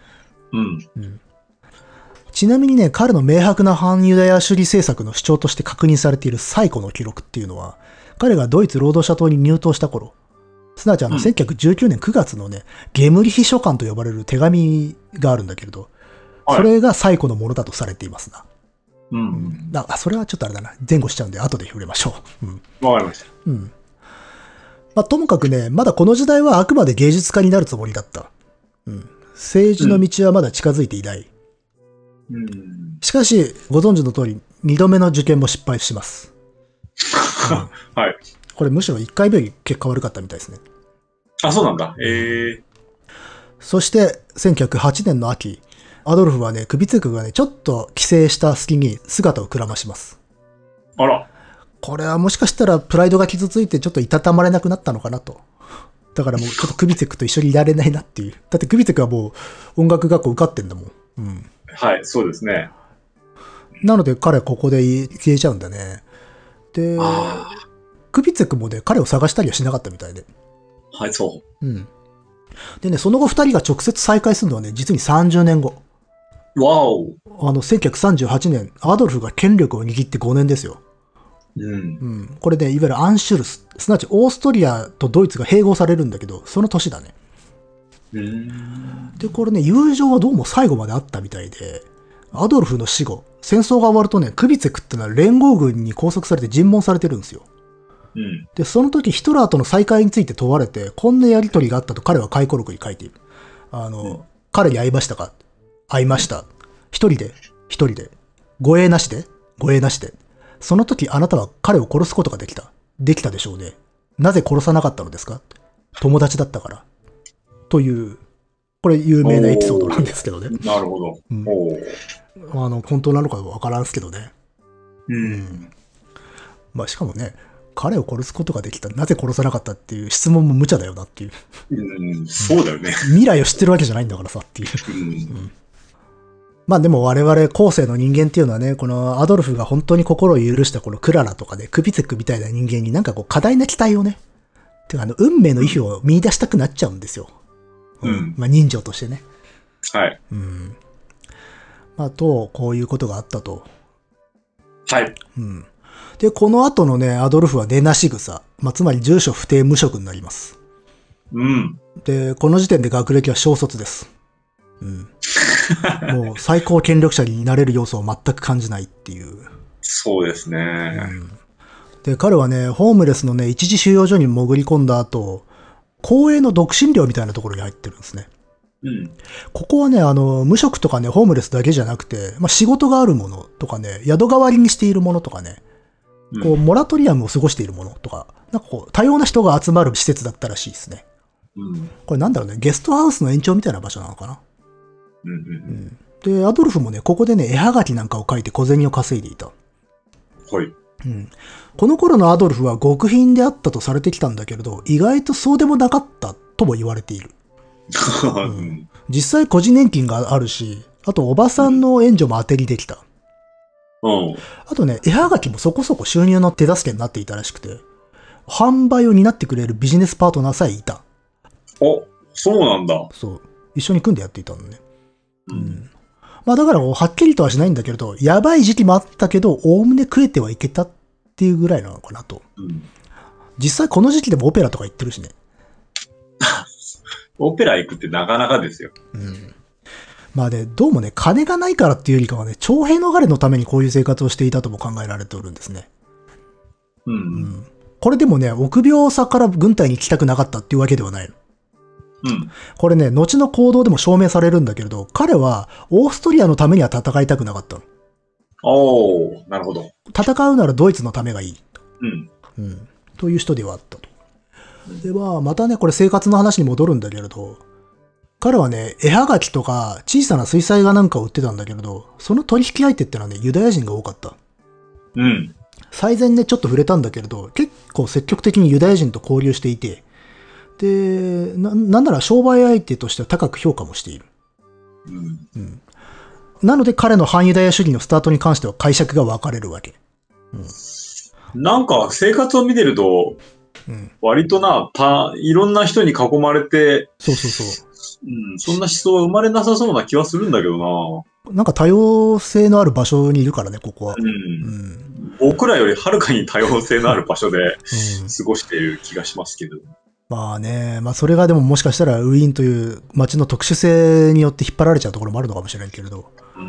ちなみにね、彼の明白な反ユダヤ主義政策の主張として確認されている最古の記録っていうのは、彼がドイツ労働者党に入党した頃、すなわち1919年9月のね、ゲムリヒ書簡と呼ばれる手紙があるんだけれど、それが最古のものだとされていますな。それはちょっとあれだな。前後しちゃうんで後で触れましょう。わかりました。 まあ、ともかくね、まだこの時代はあくまで芸術家になるつもりだった。政治の道はまだ近づいていない。しかし、ご存知の通り、2度目の受験も失敗します。これむしろ1回目より結果悪かったみたいですね。 あ、そうなんだ。 そして、1908年の秋、アドルフはね、クビツェクがね、ちょっと帰省した隙に姿をくらまします。 あら。 これはもしかしたらプライドが傷ついてちょっといたたまれなくなったのかなと。だからもうちょっとクビツェクと一緒にいられないなっていう。だってクビツェクはもう音楽学校受かってんだもん。 はい、そうですね。 なので彼はここで消えちゃうんだね。で、クビツェクもね、彼を探したりはしなかったみたいで。 はい、そう。 でね、その後二人が直接再会するのはね、実に30年後。 わお。 1938年、アドルフが権力を握って5年ですよ。これね、いわゆるアンシュルス、すなわちオーストリアとドイツが併合されるんだけど、その年だね。で、これね、友情はどうも最後まであったみたいで、アドルフの死後、戦争が終わるとね、クビツェクってのは連合軍に拘束されて尋問されてるんですよ。で、その時ヒトラーとの再会について問われて、こんなやりとりがあったと彼は回顧録に書いている。彼に会いましたか？会いました。一人で。護衛なしで。その時あなたは彼を殺すことができた。できたでしょうね。なぜ殺さなかったのですか？友達だったから。という、これ有名なエピソードなんですけどね。 なるほど。 本当なのかわからんすけどね。まあしかもね、彼を殺すことができた。なぜ殺さなかったっていう質問も無茶だよなっていう。 そうだよね。 未来を知ってるわけじゃないんだからさっていう。まあでも我々後世の人間っていうのはね、このアドルフが本当に心を許したこのクララとかね、クビツェクみたいな人間になんかこう過大な期待をね、てか運命の意志を見出したくなっちゃうんですよ。まあ人情としてね。 はい。 まあこういうことがあったと。 はい。 で、この後のね、アドルフは根なし草。まあつまり住所不定無職になります。で、この時点で学歴は小卒です。もう最高権力者になれる要素を全く感じないっていう。 そうですね。 で、彼はね、ホームレスのね、一時収容所に潜り込んだ後、公営の独身寮みたいなところに入ってるんですね。 うん。 ここはね、無職とかね、ホームレスだけじゃなくて、まあ、仕事があるものとかね、宿代わりにしているものとかね、こう、モラトリアムを過ごしているものとか、なんかこう、多様な人が集まる施設だったらしいですね。 うん。 これなんだろうね、ゲストハウスの延長みたいな場所なのかな。 うん。 で、アドルフもね、ここでね、絵はがきなんかを書いて小銭を稼いでいた。 はい。 うん。この頃のアドルフは極貧であったとされてきたんだけれど、意外とそうでもなかったとも言われている。うん、実際個人年金があるし、あとおばさんの援助も当てにできた。 うん。 あとね、絵はがきもそこそこ収入の手助けになっていたらしくて、販売を担ってくれるビジネスパートナーさえいた。 お、そうなんだ。 そう。一緒に組んでやっていたのね。うん。まあだからはっきりとはしないんだけれど、やばい時期もあったけど、おおむね食えてはいけたっていうぐらいなのかなと。うん、実際この時期でもオペラとか行ってるしね。 オペラ行くってなかなかですよ。 うん。まあね、どうもね、金がないからっていうよりかはね、徴兵逃れのためにこういう生活をしていたとも考えられておるんですね。うん。これでもね、臆病さから軍隊に行きたくなかったっていうわけではないの。うん。これね、後の行動でも証明されるんだけれど、彼はオーストリアのためには戦いたくなかったの。 おー、なるほど。 戦うならドイツのためがいい。 うん。 うん。という人ではあったと。では、またね、これ生活の話に戻るんだけれど、彼はね、絵はがきとか小さな水彩画なんかを売ってたんだけれど、その取引相手ってのはね、ユダヤ人が多かった。 うん。 最前ね、ちょっと触れたんだけれど、結構積極的にユダヤ人と交流していて、で、なんなら商売相手としては高く評価もしている。うん。うん。なので彼の反ユダヤ主義のスタートに関しては解釈が分かれるわけ。 うん。なんか生活を見てると、うん、割といろんな人に囲まれて、 そうそうそう。 うん、そんな思想は生まれなさそうな気はするんだけどな。 なんか多様性のある場所にいるからね、ここは。 うん。うん、僕らよりはるかに多様性のある場所で過ごしている気がしますけど。 まあね、まあそれがでももしかしたらウィーンという街の特殊性によって引っ張られちゃうところもあるのかもしれないけれど。うん。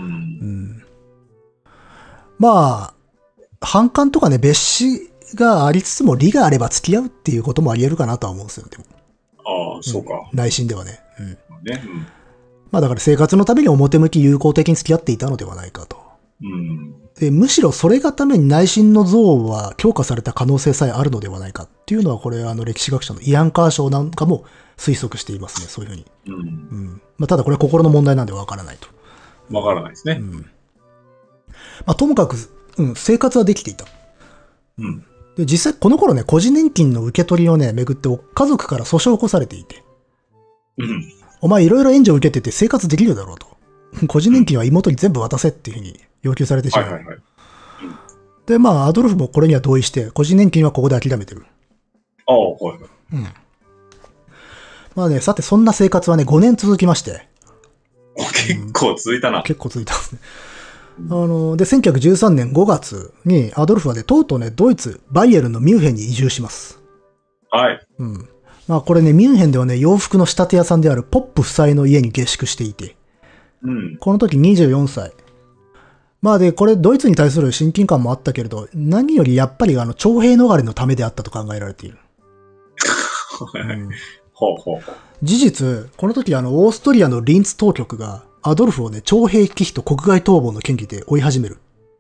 まあ、反感とかね、別紙がありつつも利があれば付き合うっていうこともあり得るかなとは思うんですよ、でも。 ああ、そうか。 内心ではね。うん。 ね。 まあだから生活のために表向き友好的に付き合っていたのではないかと。うん。で、むしろそれがために内心の憎悪は強化された可能性さえあるのではないかっていうのは、これ歴史学者のイアン・カーショーなんかも推測していますね、そういうふうに。うん。うん。まあただこれは心の問題なんでわからないと。 わからないですね。うん。 まあともかく、うん、生活はできていた。うん。で、実際この頃ね、個人年金の受け取りをね、めぐって家族から訴訟を起こされていて。うん。お前いろいろ援助を受けてて生活できるだろうと。個人年金は妹に全部渡せっていうふうに要求されてしまう。はいはいはい。で、まあ、アドルフもこれには同意して、個人年金はここで諦めてる。 ああ、はいはい。うん。 まあね、さてそんな生活はね、5年続きまして。 結構続いたな。 結構続いたんですね。で、1913年5月にアドルフはね、とうとうね、ドイツ、バイエルンのミュンヘンに移住します。 はい。 うん。まあこれね、ミュンヘンではね、洋服の仕立て屋さんであるポップ夫妻の家に下宿していて、うん。この時24歳。まあで、これドイツに対する親近感もあったけれど、何よりやっぱり徴兵逃れのためであったと考えられている。うん、 ほうほう。 事実、この時オーストリアのリンツ当局がアドルフをね、徴兵忌避と国外逃亡の嫌疑で追い始める。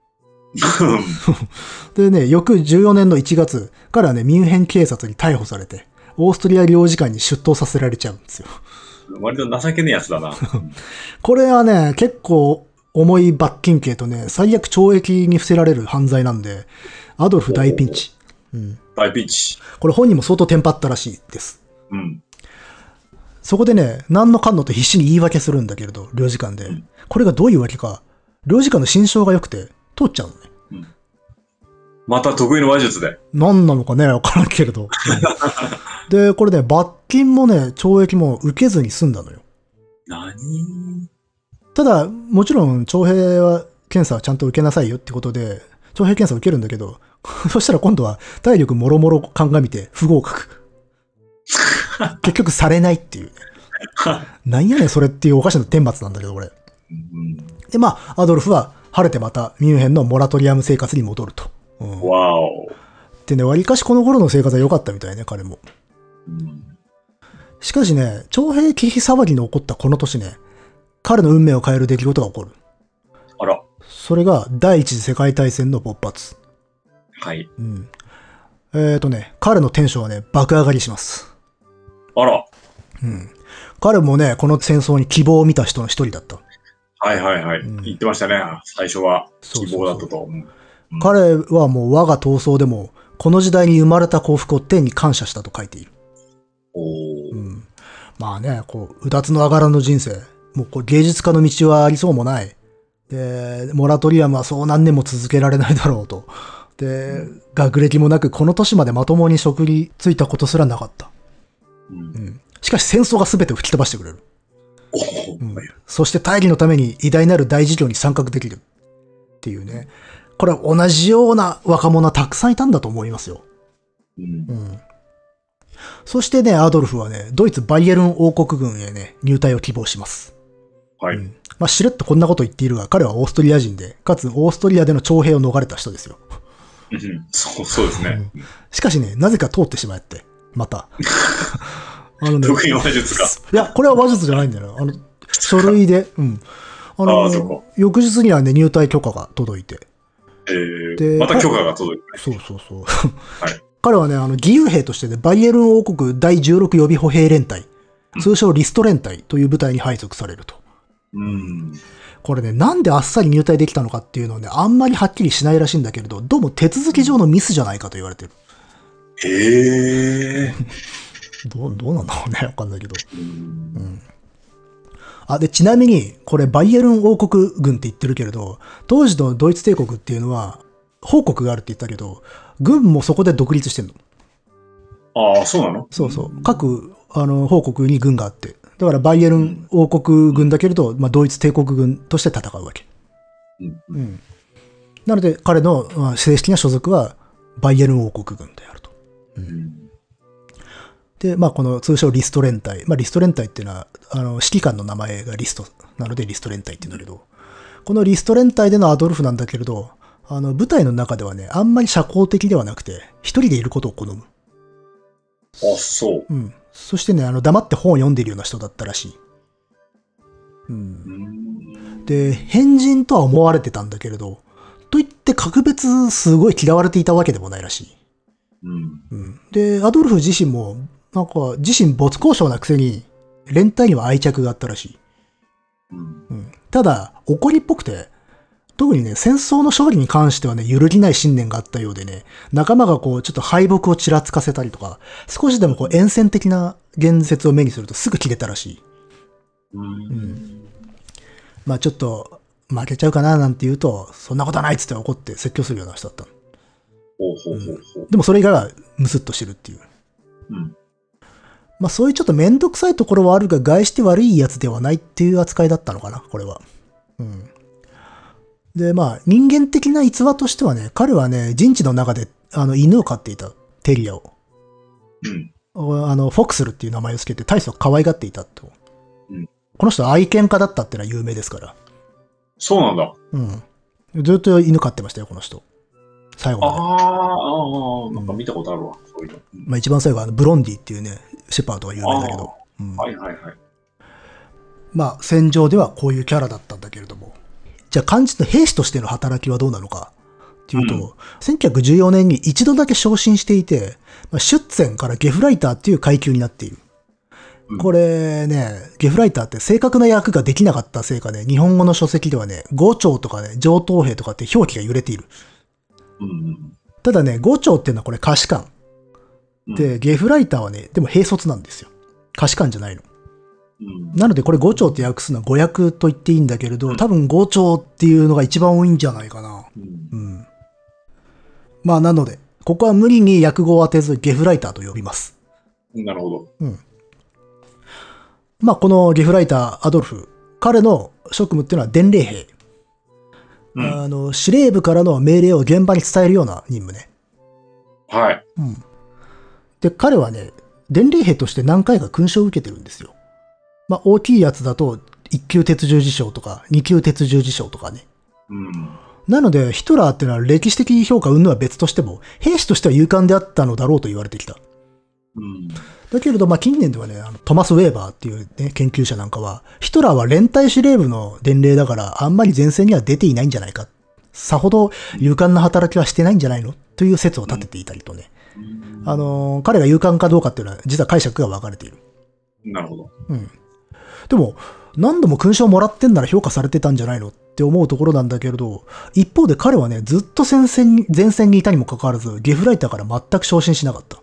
でね、翌14年の1月、彼はね、ミュンヘン警察に逮捕されて、オーストリア領事館に出頭させられちゃうんですよ。 割と情けねえやつだな。 これはね、結構重い罰金刑とね、最悪懲役に伏せられる犯罪なんで、アドルフ大ピンチ。うん、 大ピンチ。 これ本人も相当テンパったらしいです。うん。そこでね、何のかんのと必死に言い訳するんだけれど、領事館で。うん、これがどういうわけか、領事館の心証が良くて、通っちゃうのね。うん、 また得意の話術で。 何なのかね、わからんけれど。で、これね、罰金もね、懲役も受けずに済んだのよ。 何？ ただ、もちろん、徴兵は、検査はちゃんと受けなさいよってことで、徴兵検査を受けるんだけど、そしたら今度は、体力もろもろ鑑みて、不合格。結局されないっていう、ね。なんやねんそれっていうおかしな天罰なんだけど、これ。で、まあ、アドルフは晴れてまたミュンヘンのモラトリアム生活に戻ると。うん、 わお。 でね、割かしこの頃の生活は良かったみたいね、彼も。しかしね、徴兵忌避騒ぎの起こったこの年ね、彼の運命を変える出来事が起こる。 あら。 それが第一次世界大戦の勃発。 はい。 彼のテンションはね、爆上がりします。 あら。 彼もね、この戦争に希望を見た人の一人だった。 はいはいはい。言ってましたね。最初は希望だったと。 彼はもう我が闘争でも、この時代に生まれた幸福を天に感謝したと書いている。まあね、うだつの上がらぬ人生。もう芸術家の道はありそうもない。で、モラトリアムはそう何年も続けられないだろうと。で、学歴もなくこの年までまともに職に就いたことすらなかった。しかし戦争が全てを吹き飛ばしてくれる。そして大義のために偉大なる大事業に参画できる。っていうね。これは同じような若者はたくさんいたんだと思いますよ。そしてね、アドルフはね、ドイツバイエルン王国軍へね、入隊を希望します。 はい。 まあ、しれっとこんなこと言っているが、彼はオーストリア人で、かつオーストリアでの徴兵を逃れた人ですよ。 そうですね。 しかしね、なぜか通ってしまって、また。 得意の話術か。 いや、これは話術じゃないんだよな。書類で、翌日にはね、入隊許可が届いて。 で、また許可が届いて。 そう。はい。彼はね、義勇兵としてね、バイエルン王国第16予備歩兵連隊、通称リスト連隊という部隊に配属されると。これね、なんであっさり入隊できたのかっていうのはね、あんまりはっきりしないらしいんだけれど、どうも手続き上のミスじゃないかと言われてる。どうなんだろうね、わかんないけど。で、ちなみに、これバイエルン王国軍って言ってるけれど、当時のドイツ帝国っていうのは、法国があるって言ったけど、軍もそこで独立してんの。 ああ、そうなの？ そう。各、法国に軍があって。だからバイエルン王国軍だけれど、まあ、ドイツ帝国軍として戦うわけ。なので、彼の正式な所属は、バイエルン王国軍であると。で、まあ、この通称リスト連隊。まあ、リスト連隊っていうのは、指揮官の名前がリストなのでリスト連隊って言うんだけど、このリスト連隊でのアドルフなんだけれど、部隊の中ではね、あんまり社交的ではなくて、一人でいることを好む。 あ、そう。 そしてね、黙って本を読んでいるような人だったらしい。で、変人とは思われてたんだけれど、といって格別すごい嫌われていたわけでもないらしい。で、アドルフ自身も、なんか、自身没交渉なくせに、連隊には愛着があったらしい。ただ、怒りっぽくて、特にね、戦争の勝利に関してはね、揺るぎない信念があったようでね、仲間がちょっと敗北をちらつかせたりとか、少しでも厭戦的な言説を目にするとすぐ切れたらしい。まあちょっと、負けちゃうかななんて言うと、そんなことはないっつって怒って説教するような人だったの。でもそれ以外はムスッとしてるっていう。まあそういうちょっとめんどくさいところはあるが、概して悪いやつではないっていう扱いだったのかな、これは。で、まあ、人間的な逸話としてはね、彼はね、陣地の中で、犬を飼っていた、テリアを。フォックスルっていう名前をつけて、大層可愛がっていたと。この人は愛犬家だったってのは有名ですから。 そうなんだ。 ずっと犬飼ってましたよ、この人。最後まで。なんか見たことあるわ、そういうの。 まあ一番最後はブロンディっていうね、シェパードが有名だけど。まあ、戦場ではこういうキャラだったんだけれども。じゃあ肝心の兵士としての働きはどうなのかっていうと、1914年に一度だけ昇進していて、シュッツェンからゲフライターっていう階級になっている。これね、ゲフライターって正確な役ができなかったせいかね、日本語の書籍ではね、伍長とかね、上等兵とかって表記が揺れている。ただね、伍長っていうのはこれ下士官。で、ゲフライターはね、でも兵卒なんですよ。下士官じゃないの。なのでこれ伍長って訳すのは語訳と言っていいんだけれど、多分伍長っていうのが一番多いんじゃないかな。まあなので、ここは無理に訳語を当てずゲフライターと呼びます。 なるほど。 まあこのゲフライター、アドルフ、彼の職務っていうのは伝令兵。司令部からの命令を現場に伝えるような任務ね。で、彼はね、伝令兵として何回か勲章を受けてるんですよ。まあ、大きいやつだと、1級鉄十字章とか、2級鉄十字章とかね。 なので、ヒトラーっていうのは歴史的評価云々は別としても、兵士としては勇敢であったのだろうと言われてきた。だけれど、近年ではね、トマス・ウェーバーっていうね、研究者なんかは、ヒトラーは連隊司令部の伝令だから、あんまり前線には出ていないんじゃないか。さほど勇敢な働きはしてないんじゃないのという説を立てていたりとね。彼が勇敢かどうかっていうのは、実は解釈が分かれている。 なるほど。 でも、何度も勲章をもらってんなら評価されてたんじゃないのって思うところなんだけれど、一方で彼はね、ずっと前線にいたにもかかわらず、ゲフライターから全く昇進しなかった。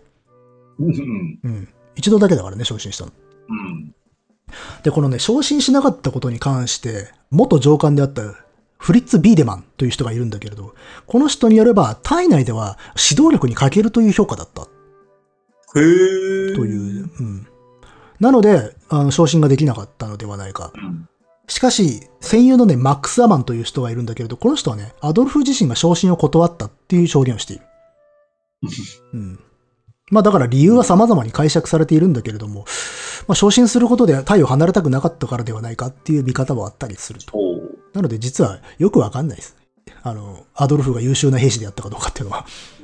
一度だけだからね、昇進したの。で、このね、昇進しなかったことに関して、元上官であったフリッツ・ビーデマンという人がいるんだけれど、この人によれば、体内では指導力に欠けるという評価だった。という。なので、昇進ができなかったのではないか。しかし、戦友のね、マックス・アマンという人がいるんだけれど、この人はね、アドルフ自身が昇進を断ったっていう証言をしている。だから理由は様々に解釈されているんだけれども、昇進することで隊を離れたくなかったからではないかっていう見方もあったりすると。なので実はよくわかんないです。アドルフが優秀な兵士であったかどうかっていうのは。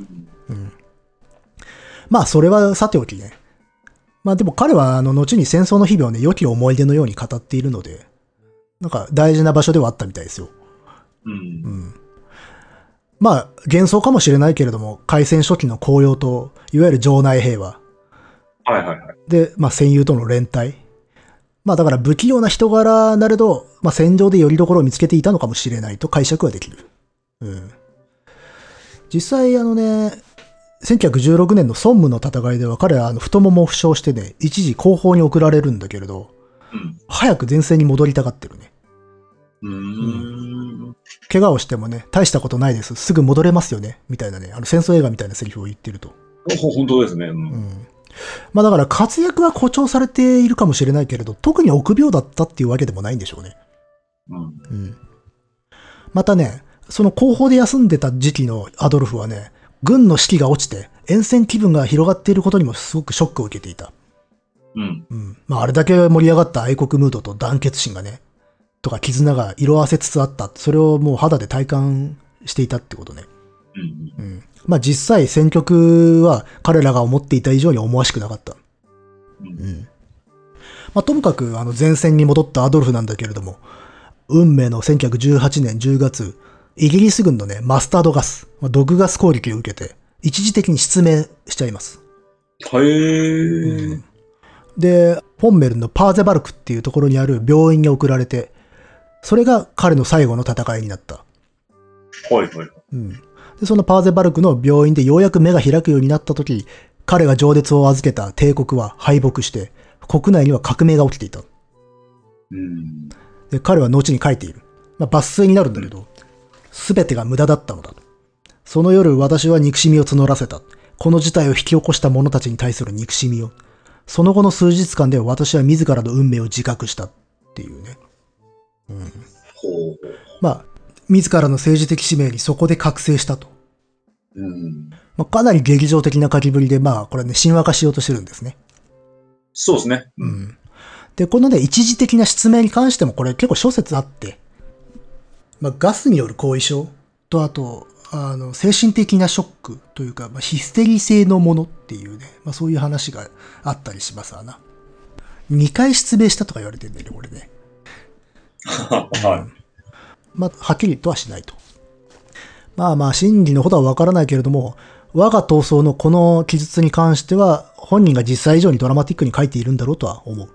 それはさておきね。でも彼は後に戦争の日々をね、良き思い出のように語っているので、なんか大事な場所ではあったみたいですよ。幻想かもしれないけれども、開戦初期の高揚と、いわゆる城内平和。で、戦友との連帯。だから不器用な人柄なれど、戦場で拠り所を見つけていたのかもしれないと解釈はできる。実際1916年のソンムの戦いでは彼は太ももを負傷してね、一時後方に送られるんだけれど、早く前線に戻りたがってるね。怪我をしてもね、大したことないです。すぐ戻れますよね。みたいなね、戦争映画みたいなセリフを言ってると。 本当ですね。 だから活躍は誇張されているかもしれないけれど、特に臆病だったっていうわけでもないんでしょうね。またね、その後方で休んでた時期のアドルフはね、軍の士気が落ちて、沿線気分が広がっていることにもすごくショックを受けていた。あれだけ盛り上がった愛国ムードと団結心がね、とか絆が色あせつつあった。それをもう肌で体感していたってことね。実際戦局は彼らが思っていた以上に思わしくなかった。ともかく前線に戻ったアドルフなんだけれども、運命の1918年10月、イギリス軍のね、マスタードガス、毒ガス攻撃を受けて、一時的に失明しちゃいます。で、フォンメルのパーゼバルクっていうところにある病院に送られて、それが彼の最後の戦いになった。で、そのパーゼバルクの病院でようやく目が開くようになったとき、彼が情熱を預けた帝国は敗北して、国内には革命が起きていた。で、彼は後に書いている。抜粋になるんだけど、すべてが無駄だったのだ。その夜私は憎しみを募らせた。この事態を引き起こした者たちに対する憎しみを。その後の数日間で私は自らの運命を自覚したっていうね。自らの政治的使命にそこで覚醒したと。かなり劇場的な書きぶりで、これね、神話化しようとしてるんですね。 そうですね。 で、このね、一時的な失明に関してもこれ結構諸説あって、ガスによる後遺症と、あと、精神的なショックというか、ヒステリー性のものっていうね、そういう話があったりしますわな。2回失明したとか言われてるんだよね、これね。はっきりとはしないと。真偽のほどはわからないけれども、我が闘争のこの記述に関しては、本人が実際以上にドラマティックに書いているんだろうとは思う。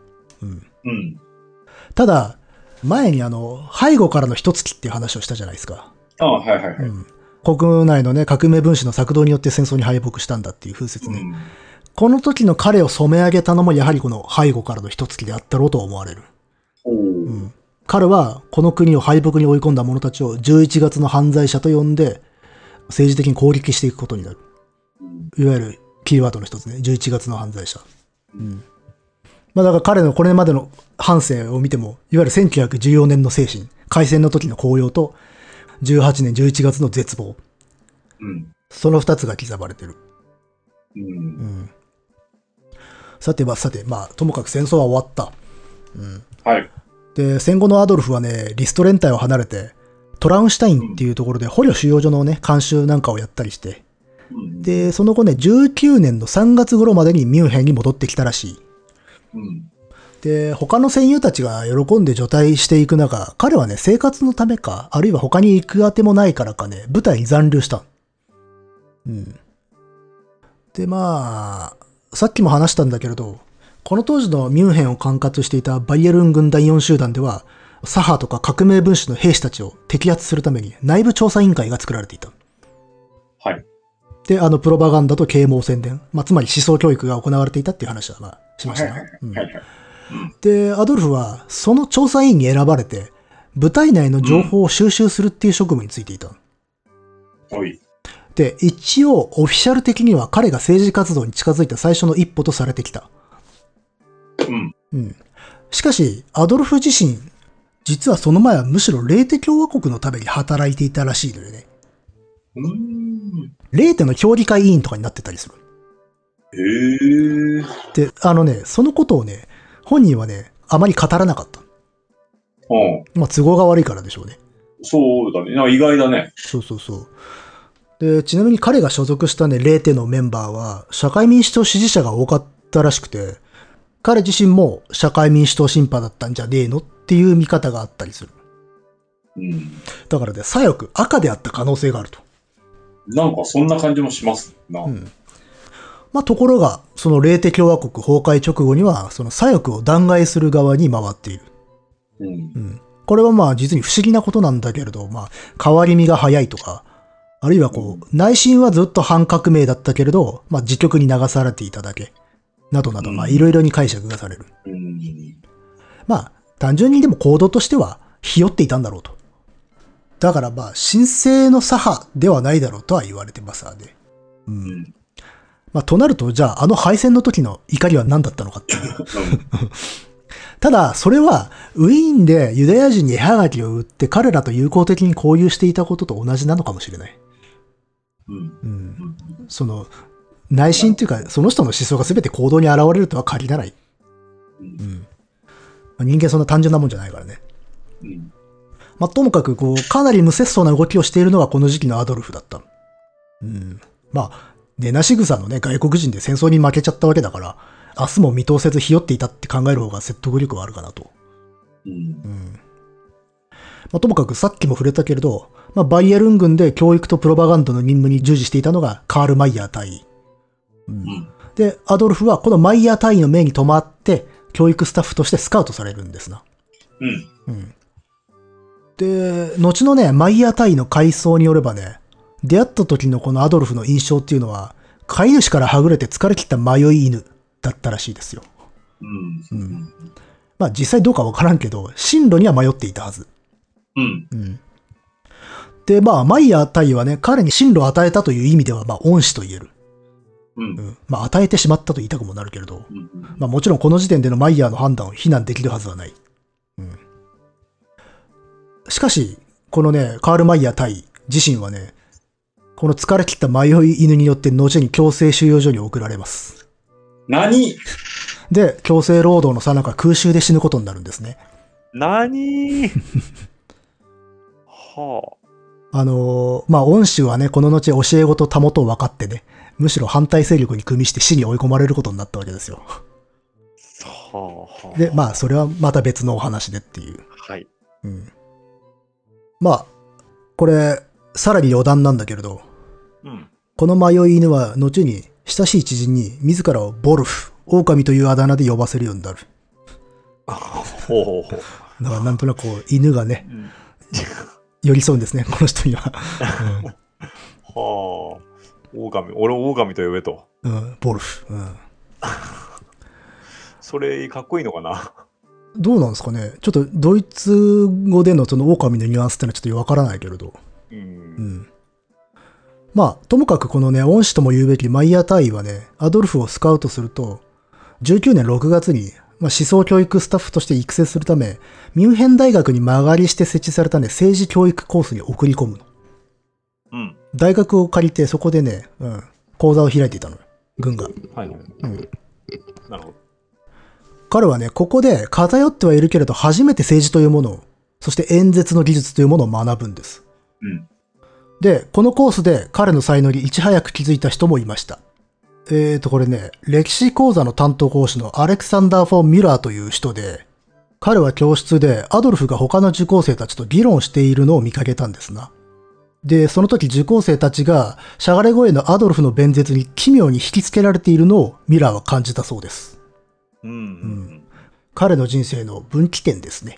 ただ、前に背後からの一月っていう話をしたじゃないですか。国内のね、革命分子の策動によって戦争に敗北したんだっていう風説ね。この時の彼を染め上げたのもやはりこの背後からの一月であったろうと思われる。彼はこの国を敗北に追い込んだ者たちを11月の犯罪者と呼んで政治的に攻撃していくことになる。いわゆるキーワードの一つね、11月の犯罪者。だから彼のこれまでの半生を見ても、いわゆる1914年の精神、開戦の時の高揚と、18年11月の絶望。その二つが刻まれてる。さて、ともかく戦争は終わった。で、戦後のアドルフはね、リスト連隊を離れて、 トラウンシュタインっていうところで捕虜収容所のね、監修なんかをやったりして、で、その後ね、19年の3月頃までにミュンヘンに戻ってきたらしい。で、他の戦友たちが喜んで除隊していく中、彼はね、生活のためか、あるいは他に行くあてもないからかね、部隊に残留した。で、まあ、さっきも話したんだけれど、この当時のミュンヘンを管轄していたバイエルン軍第4集団では、左派とか革命分子の兵士たちを摘発するために内部調査委員会が作られていた。 はい。 で、プロパガンダと啓蒙宣伝、つまり思想教育が行われていたっていう話は、しましたね。で、アドルフは、その調査委員に選ばれて、部隊内の情報を収集するっていう職務についていた。で、一応、オフィシャル的には彼が政治活動に近づいた最初の一歩とされてきた。しかし、アドルフ自身、実はその前はむしろレーテ共和国のために働いていたらしいのよね。レーテの評議会委員とかになってたりする。で、そのことをね、本人はね、あまり語らなかった。都合が悪いからでしょうね。 そうだね。意外だね。 そう。で、ちなみに彼が所属したね、レーテのメンバーは、社会民主党支持者が多かったらしくて、彼自身も社会民主党シンパだったんじゃねえのっていう見方があったりする。だからね、左翼、赤であった可能性があると。 なんかそんな感じもしますな。 ところが、そのレーテ共和国崩壊直後には、その左翼を弾劾する側に回っている。これは実に不思議なことなんだけれど、変わり身が早いとか、あるいは内心はずっと反革命だったけれど、自局に流されていただけ。などなど、いろいろに解釈がされる。単純にでも行動としては、ひよっていたんだろうと。だから神聖の左派ではないだろうとは言われてますわね。となると、じゃあ、敗戦の時の怒りは何だったのかっていう。ただ、それは、ウィーンでユダヤ人に絵はがきを売って彼らと友好的に交流していたことと同じなのかもしれない。その、内心というか、その人の思想が全て行動に現れるとは限らない。人間そんな単純なもんじゃないからね。ともかく、かなり無節操な動きをしているのがこの時期のアドルフだった。根なし草のね、外国人で戦争に負けちゃったわけだから、明日も見通せずひよっていたって考える方が説得力はあるかなと。ともかくさっきも触れたけれど、バイエルン軍で教育とプロパガンダの任務に従事していたのがカール・マイヤー大尉。で、アドルフはこのマイヤー大尉の目に留まって、教育スタッフとしてスカウトされるんですな。で、後のね、マイヤー大尉の回想によればね、出会った時のこのアドルフの印象っていうのは、飼い主からはぐれて疲れ切った迷い犬だったらしいですよ。実際どうかわからんけど、進路には迷っていたはず。で、マイヤー大尉はね、彼に進路を与えたという意味では、恩師と言える。与えてしまったと言いたくもなるけれど、もちろんこの時点でのマイヤーの判断を非難できるはずはない。しかし、このね、カール・マイヤー大尉自身はね、この疲れ切った迷い犬によって後に強制収容所に送られます。 何？ で、強制労働の最中空襲で死ぬことになるんですね。 何？ 恩師はね、この後教え子とたもとを分かってね、むしろ反対勢力に組みして死に追い込まれることになったわけですよ。で、それはまた別のお話でっていう。これ、さらに余談なんだけれど、この迷い犬は後に親しい知人に自らをボルフ、狼というあだ名で呼ばせるようになる。だからなんとなく犬がね、寄り添うんですね、この人には。 狼、俺を狼と呼べと。 ボルフ。 それ、かっこいいのかな？ どうなんですかね。ちょっとドイツ語でのその狼のニュアンスってのはちょっとわからないけれど。ともかくこのね、恩師とも言うべきマイヤー大尉はね、アドルフをスカウトすると、19年6月に、思想教育スタッフとして育成するため、ミュンヘン大学に間借りして設置されたね、政治教育コースに送り込むの。大学を借りてそこでね、講座を開いていたのよ。軍が。なるほど。彼はね、ここで偏ってはいるけれど、初めて政治というものをそして演説の技術というものを学ぶんです。 うん。 で、このコースで彼の才能にいち早く気づいた人もいました。これね、歴史講座の担当講師のアレクサンダー・フォン・ミュラーという人で、彼は教室でアドルフが他の受講生たちと議論しているのを見かけたんですな。で、その時受講生たちがしゃがれ声のアドルフの弁舌に奇妙に引きつけられているのをミュラーは感じたそうです。彼の人生の分岐点ですね。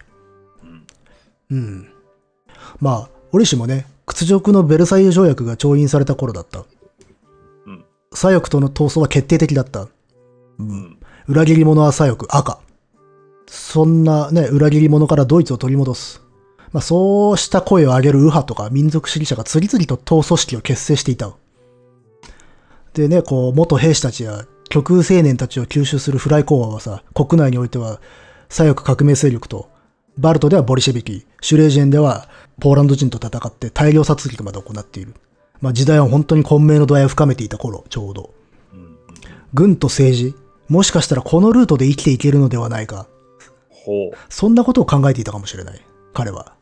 まあ、折しもね、屈辱のベルサイユ条約が調印された頃だった。左翼との闘争は決定的だった。裏切り者は左翼、赤。そんなね、裏切り者からドイツを取り戻す。まあ、そうした声を上げる右派とか民族主義者が次々と党組織を結成していた。でね、こう、元兵士たちや極右青年たちを吸収するフライコーアはさ、国内においては左翼革命勢力と、バルトではボリシェビキ、シュレージェンではポーランド人と戦って大量殺戮まで行っている。まあ、時代は本当に混迷の度合いを深めていた頃、ちょうど。軍と政治、もしかしたらこのルートで生きていけるのではないか。そんなことを考えていたかもしれない、彼は。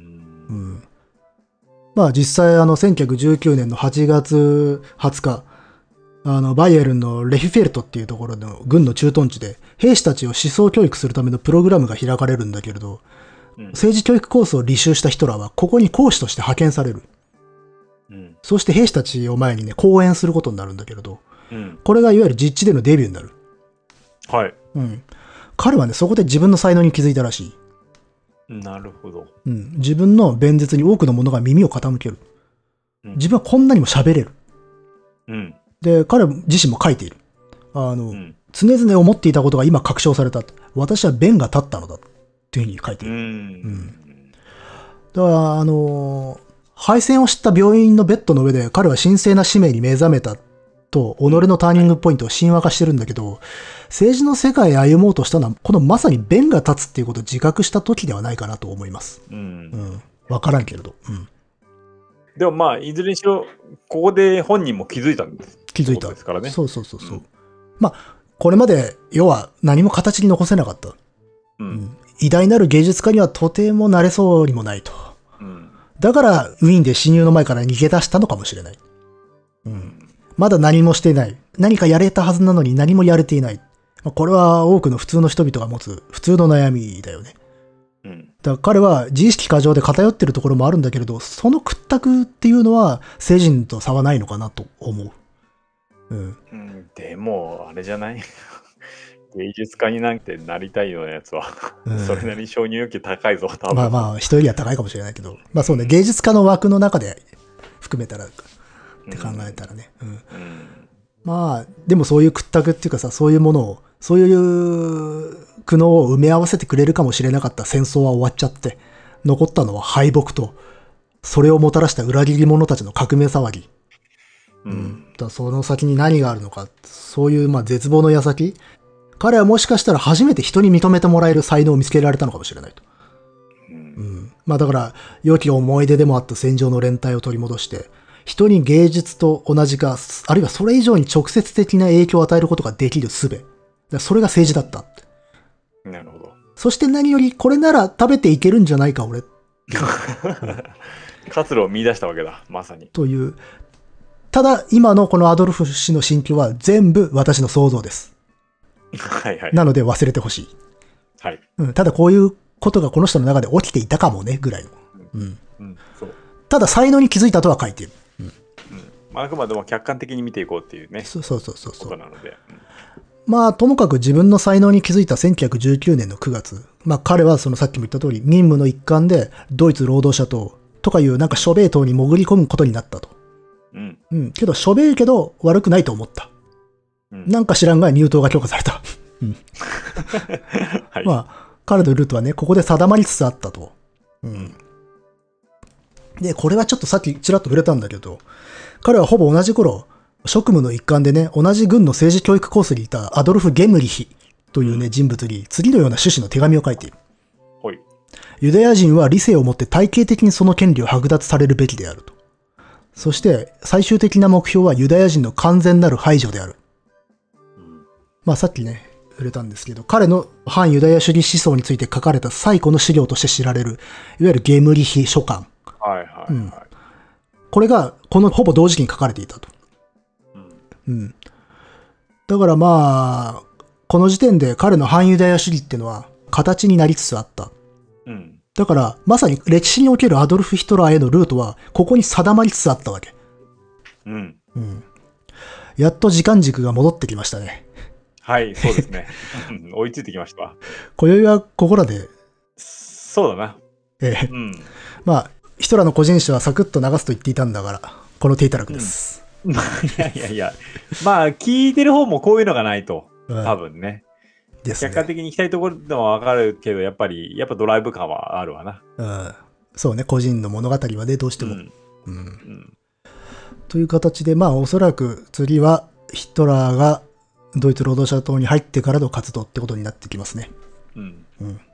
まあ実際1919年の8月20日、バイエルンのレヒフェルトっていうところの軍の駐屯地で兵士たちを思想教育するためのプログラムが開かれるんだけれど、政治教育コースを履修したヒトラーはここに講師として派遣される。そうして兵士たちを前にね、講演することになるんだけれど、これがいわゆる実地でのデビューになる。 はい。 彼はね、そこで自分の才能に気づいたらしい。なるほど。 自分の弁舌に多くの者が耳を傾ける。自分はこんなにも喋れる。で、彼自身も書いている。常々思っていたことが今確証された。私は弁が立ったのだ。っていうふうに書いている。だから、敗戦を知った病院のベッドの上で彼は神聖な使命に目覚めたと、己のターニングポイントを神話化してるんだけど、政治の世界へ歩もうとしたのは、このまさに弁が立つっていうことを自覚した時ではないかなと思います。わからんけれど。 でもまあ、いずれにしろ、ここで本人も気づいたんです。 気づいた。 ですからね。 そう。まあ、これまで、要は何も形に残せなかった。偉大なる芸術家にはとてもなれそうにもないと。だから、ウィーンで親友の前から逃げ出したのかもしれない。まだ何もしていない。何かやれたはずなのに何もやれていない。これは多くの普通の人々が持つ普通の悩みだよね。だから彼は自意識過剰で偏ってるところもあるんだけれど、その屈託っていうのは成人と差はないのかなと思う。 でも、あれじゃない芸術家になんてなりたいようなやつは、それなりに承認欲求高いぞ、多分。 まあ、人よりは高いかもしれないけど、まあそうね、芸術家の枠の中で含めたら、って考えたらね。まあ、でもそういう屈託っていうかさ、そういうものを、そういう苦悩を埋め合わせてくれるかもしれなかった戦争は終わっちゃって、残ったのは敗北と、それをもたらした裏切り者たちの革命騒ぎ。だその先に何があるのか、そういうまあ絶望の矢先、彼はもしかしたら初めて人に認めてもらえる才能を見つけられたのかもしれないと。まあだから、良き思い出でもあった戦場の連帯を取り戻して、人に芸術と同じか、あるいはそれ以上に直接的な影響を与えることができる術。それが政治だった。 なるほど。 そして何より、これなら食べていけるんじゃないか、俺。 活路を見出したわけだ、まさに。 という。ただ、今のこのアドルフ氏の心境は全部私の想像です。なので忘れてほしい。ただこういうことがこの人の中で起きていたかもね、ぐらいの。ただ才能に気づいたとは書いている。 あくまでも客観的に見ていこうっていうね。 そう。 ことなので。 まあ、ともかく自分の才能に気づいた1919年の9月。まあ、彼はそのさっきも言った通り、任務の一環でドイツ労働者党とかいうなんか諸米党に潜り込むことになったと。けど諸米けど悪くないと思った。なんか知らんが入党が許可された。まあ、彼のルートはね、ここで定まりつつあったと。で、これはちょっとさっきちらっと触れたんだけど、彼はほぼ同じ頃、職務の一環でね、同じ軍の政治教育コースにいたアドルフ・ゲムリヒというね、人物に次のような趣旨の手紙を書いている。ユダヤ人は理性をもって体系的にその権利を剥奪されるべきであると。そして、最終的な目標はユダヤ人の完全なる排除である。まあさっきね、 触れたんですけど、彼の反ユダヤ主義思想について書かれた最古の資料として知られる、いわゆるゲムリヒ書簡。 はいはいはい。うん、 これが、このほぼ同時期に書かれていたと。うん。だからまあ、この時点で彼の反ユダヤ主義っていうのは形になりつつあった。うん。だから、まさに歴史におけるアドルフ・ヒトラーへのルートは、ここに定まりつつあったわけ。うん。うん。やっと時間軸が戻ってきましたね。 はい、そうですね。追いついてきました。 今宵はここらで。 そうだな。 うん。まあ、ヒトラーの個人史はサクッと流すと言っていたんだから、この手いただくです。 いや。まあ、聞いてる方もこういうのがないと。多分ね。ですね。客観的に行きたいところではわかるけど、やっぱドライブ感はあるわな。 うん。そうね、個人の物語はね、どうしても。うん。という形で、まあ、おそらく次はヒトラーがドイツ労働者党に入ってからの活動ってことになってきますね。うん。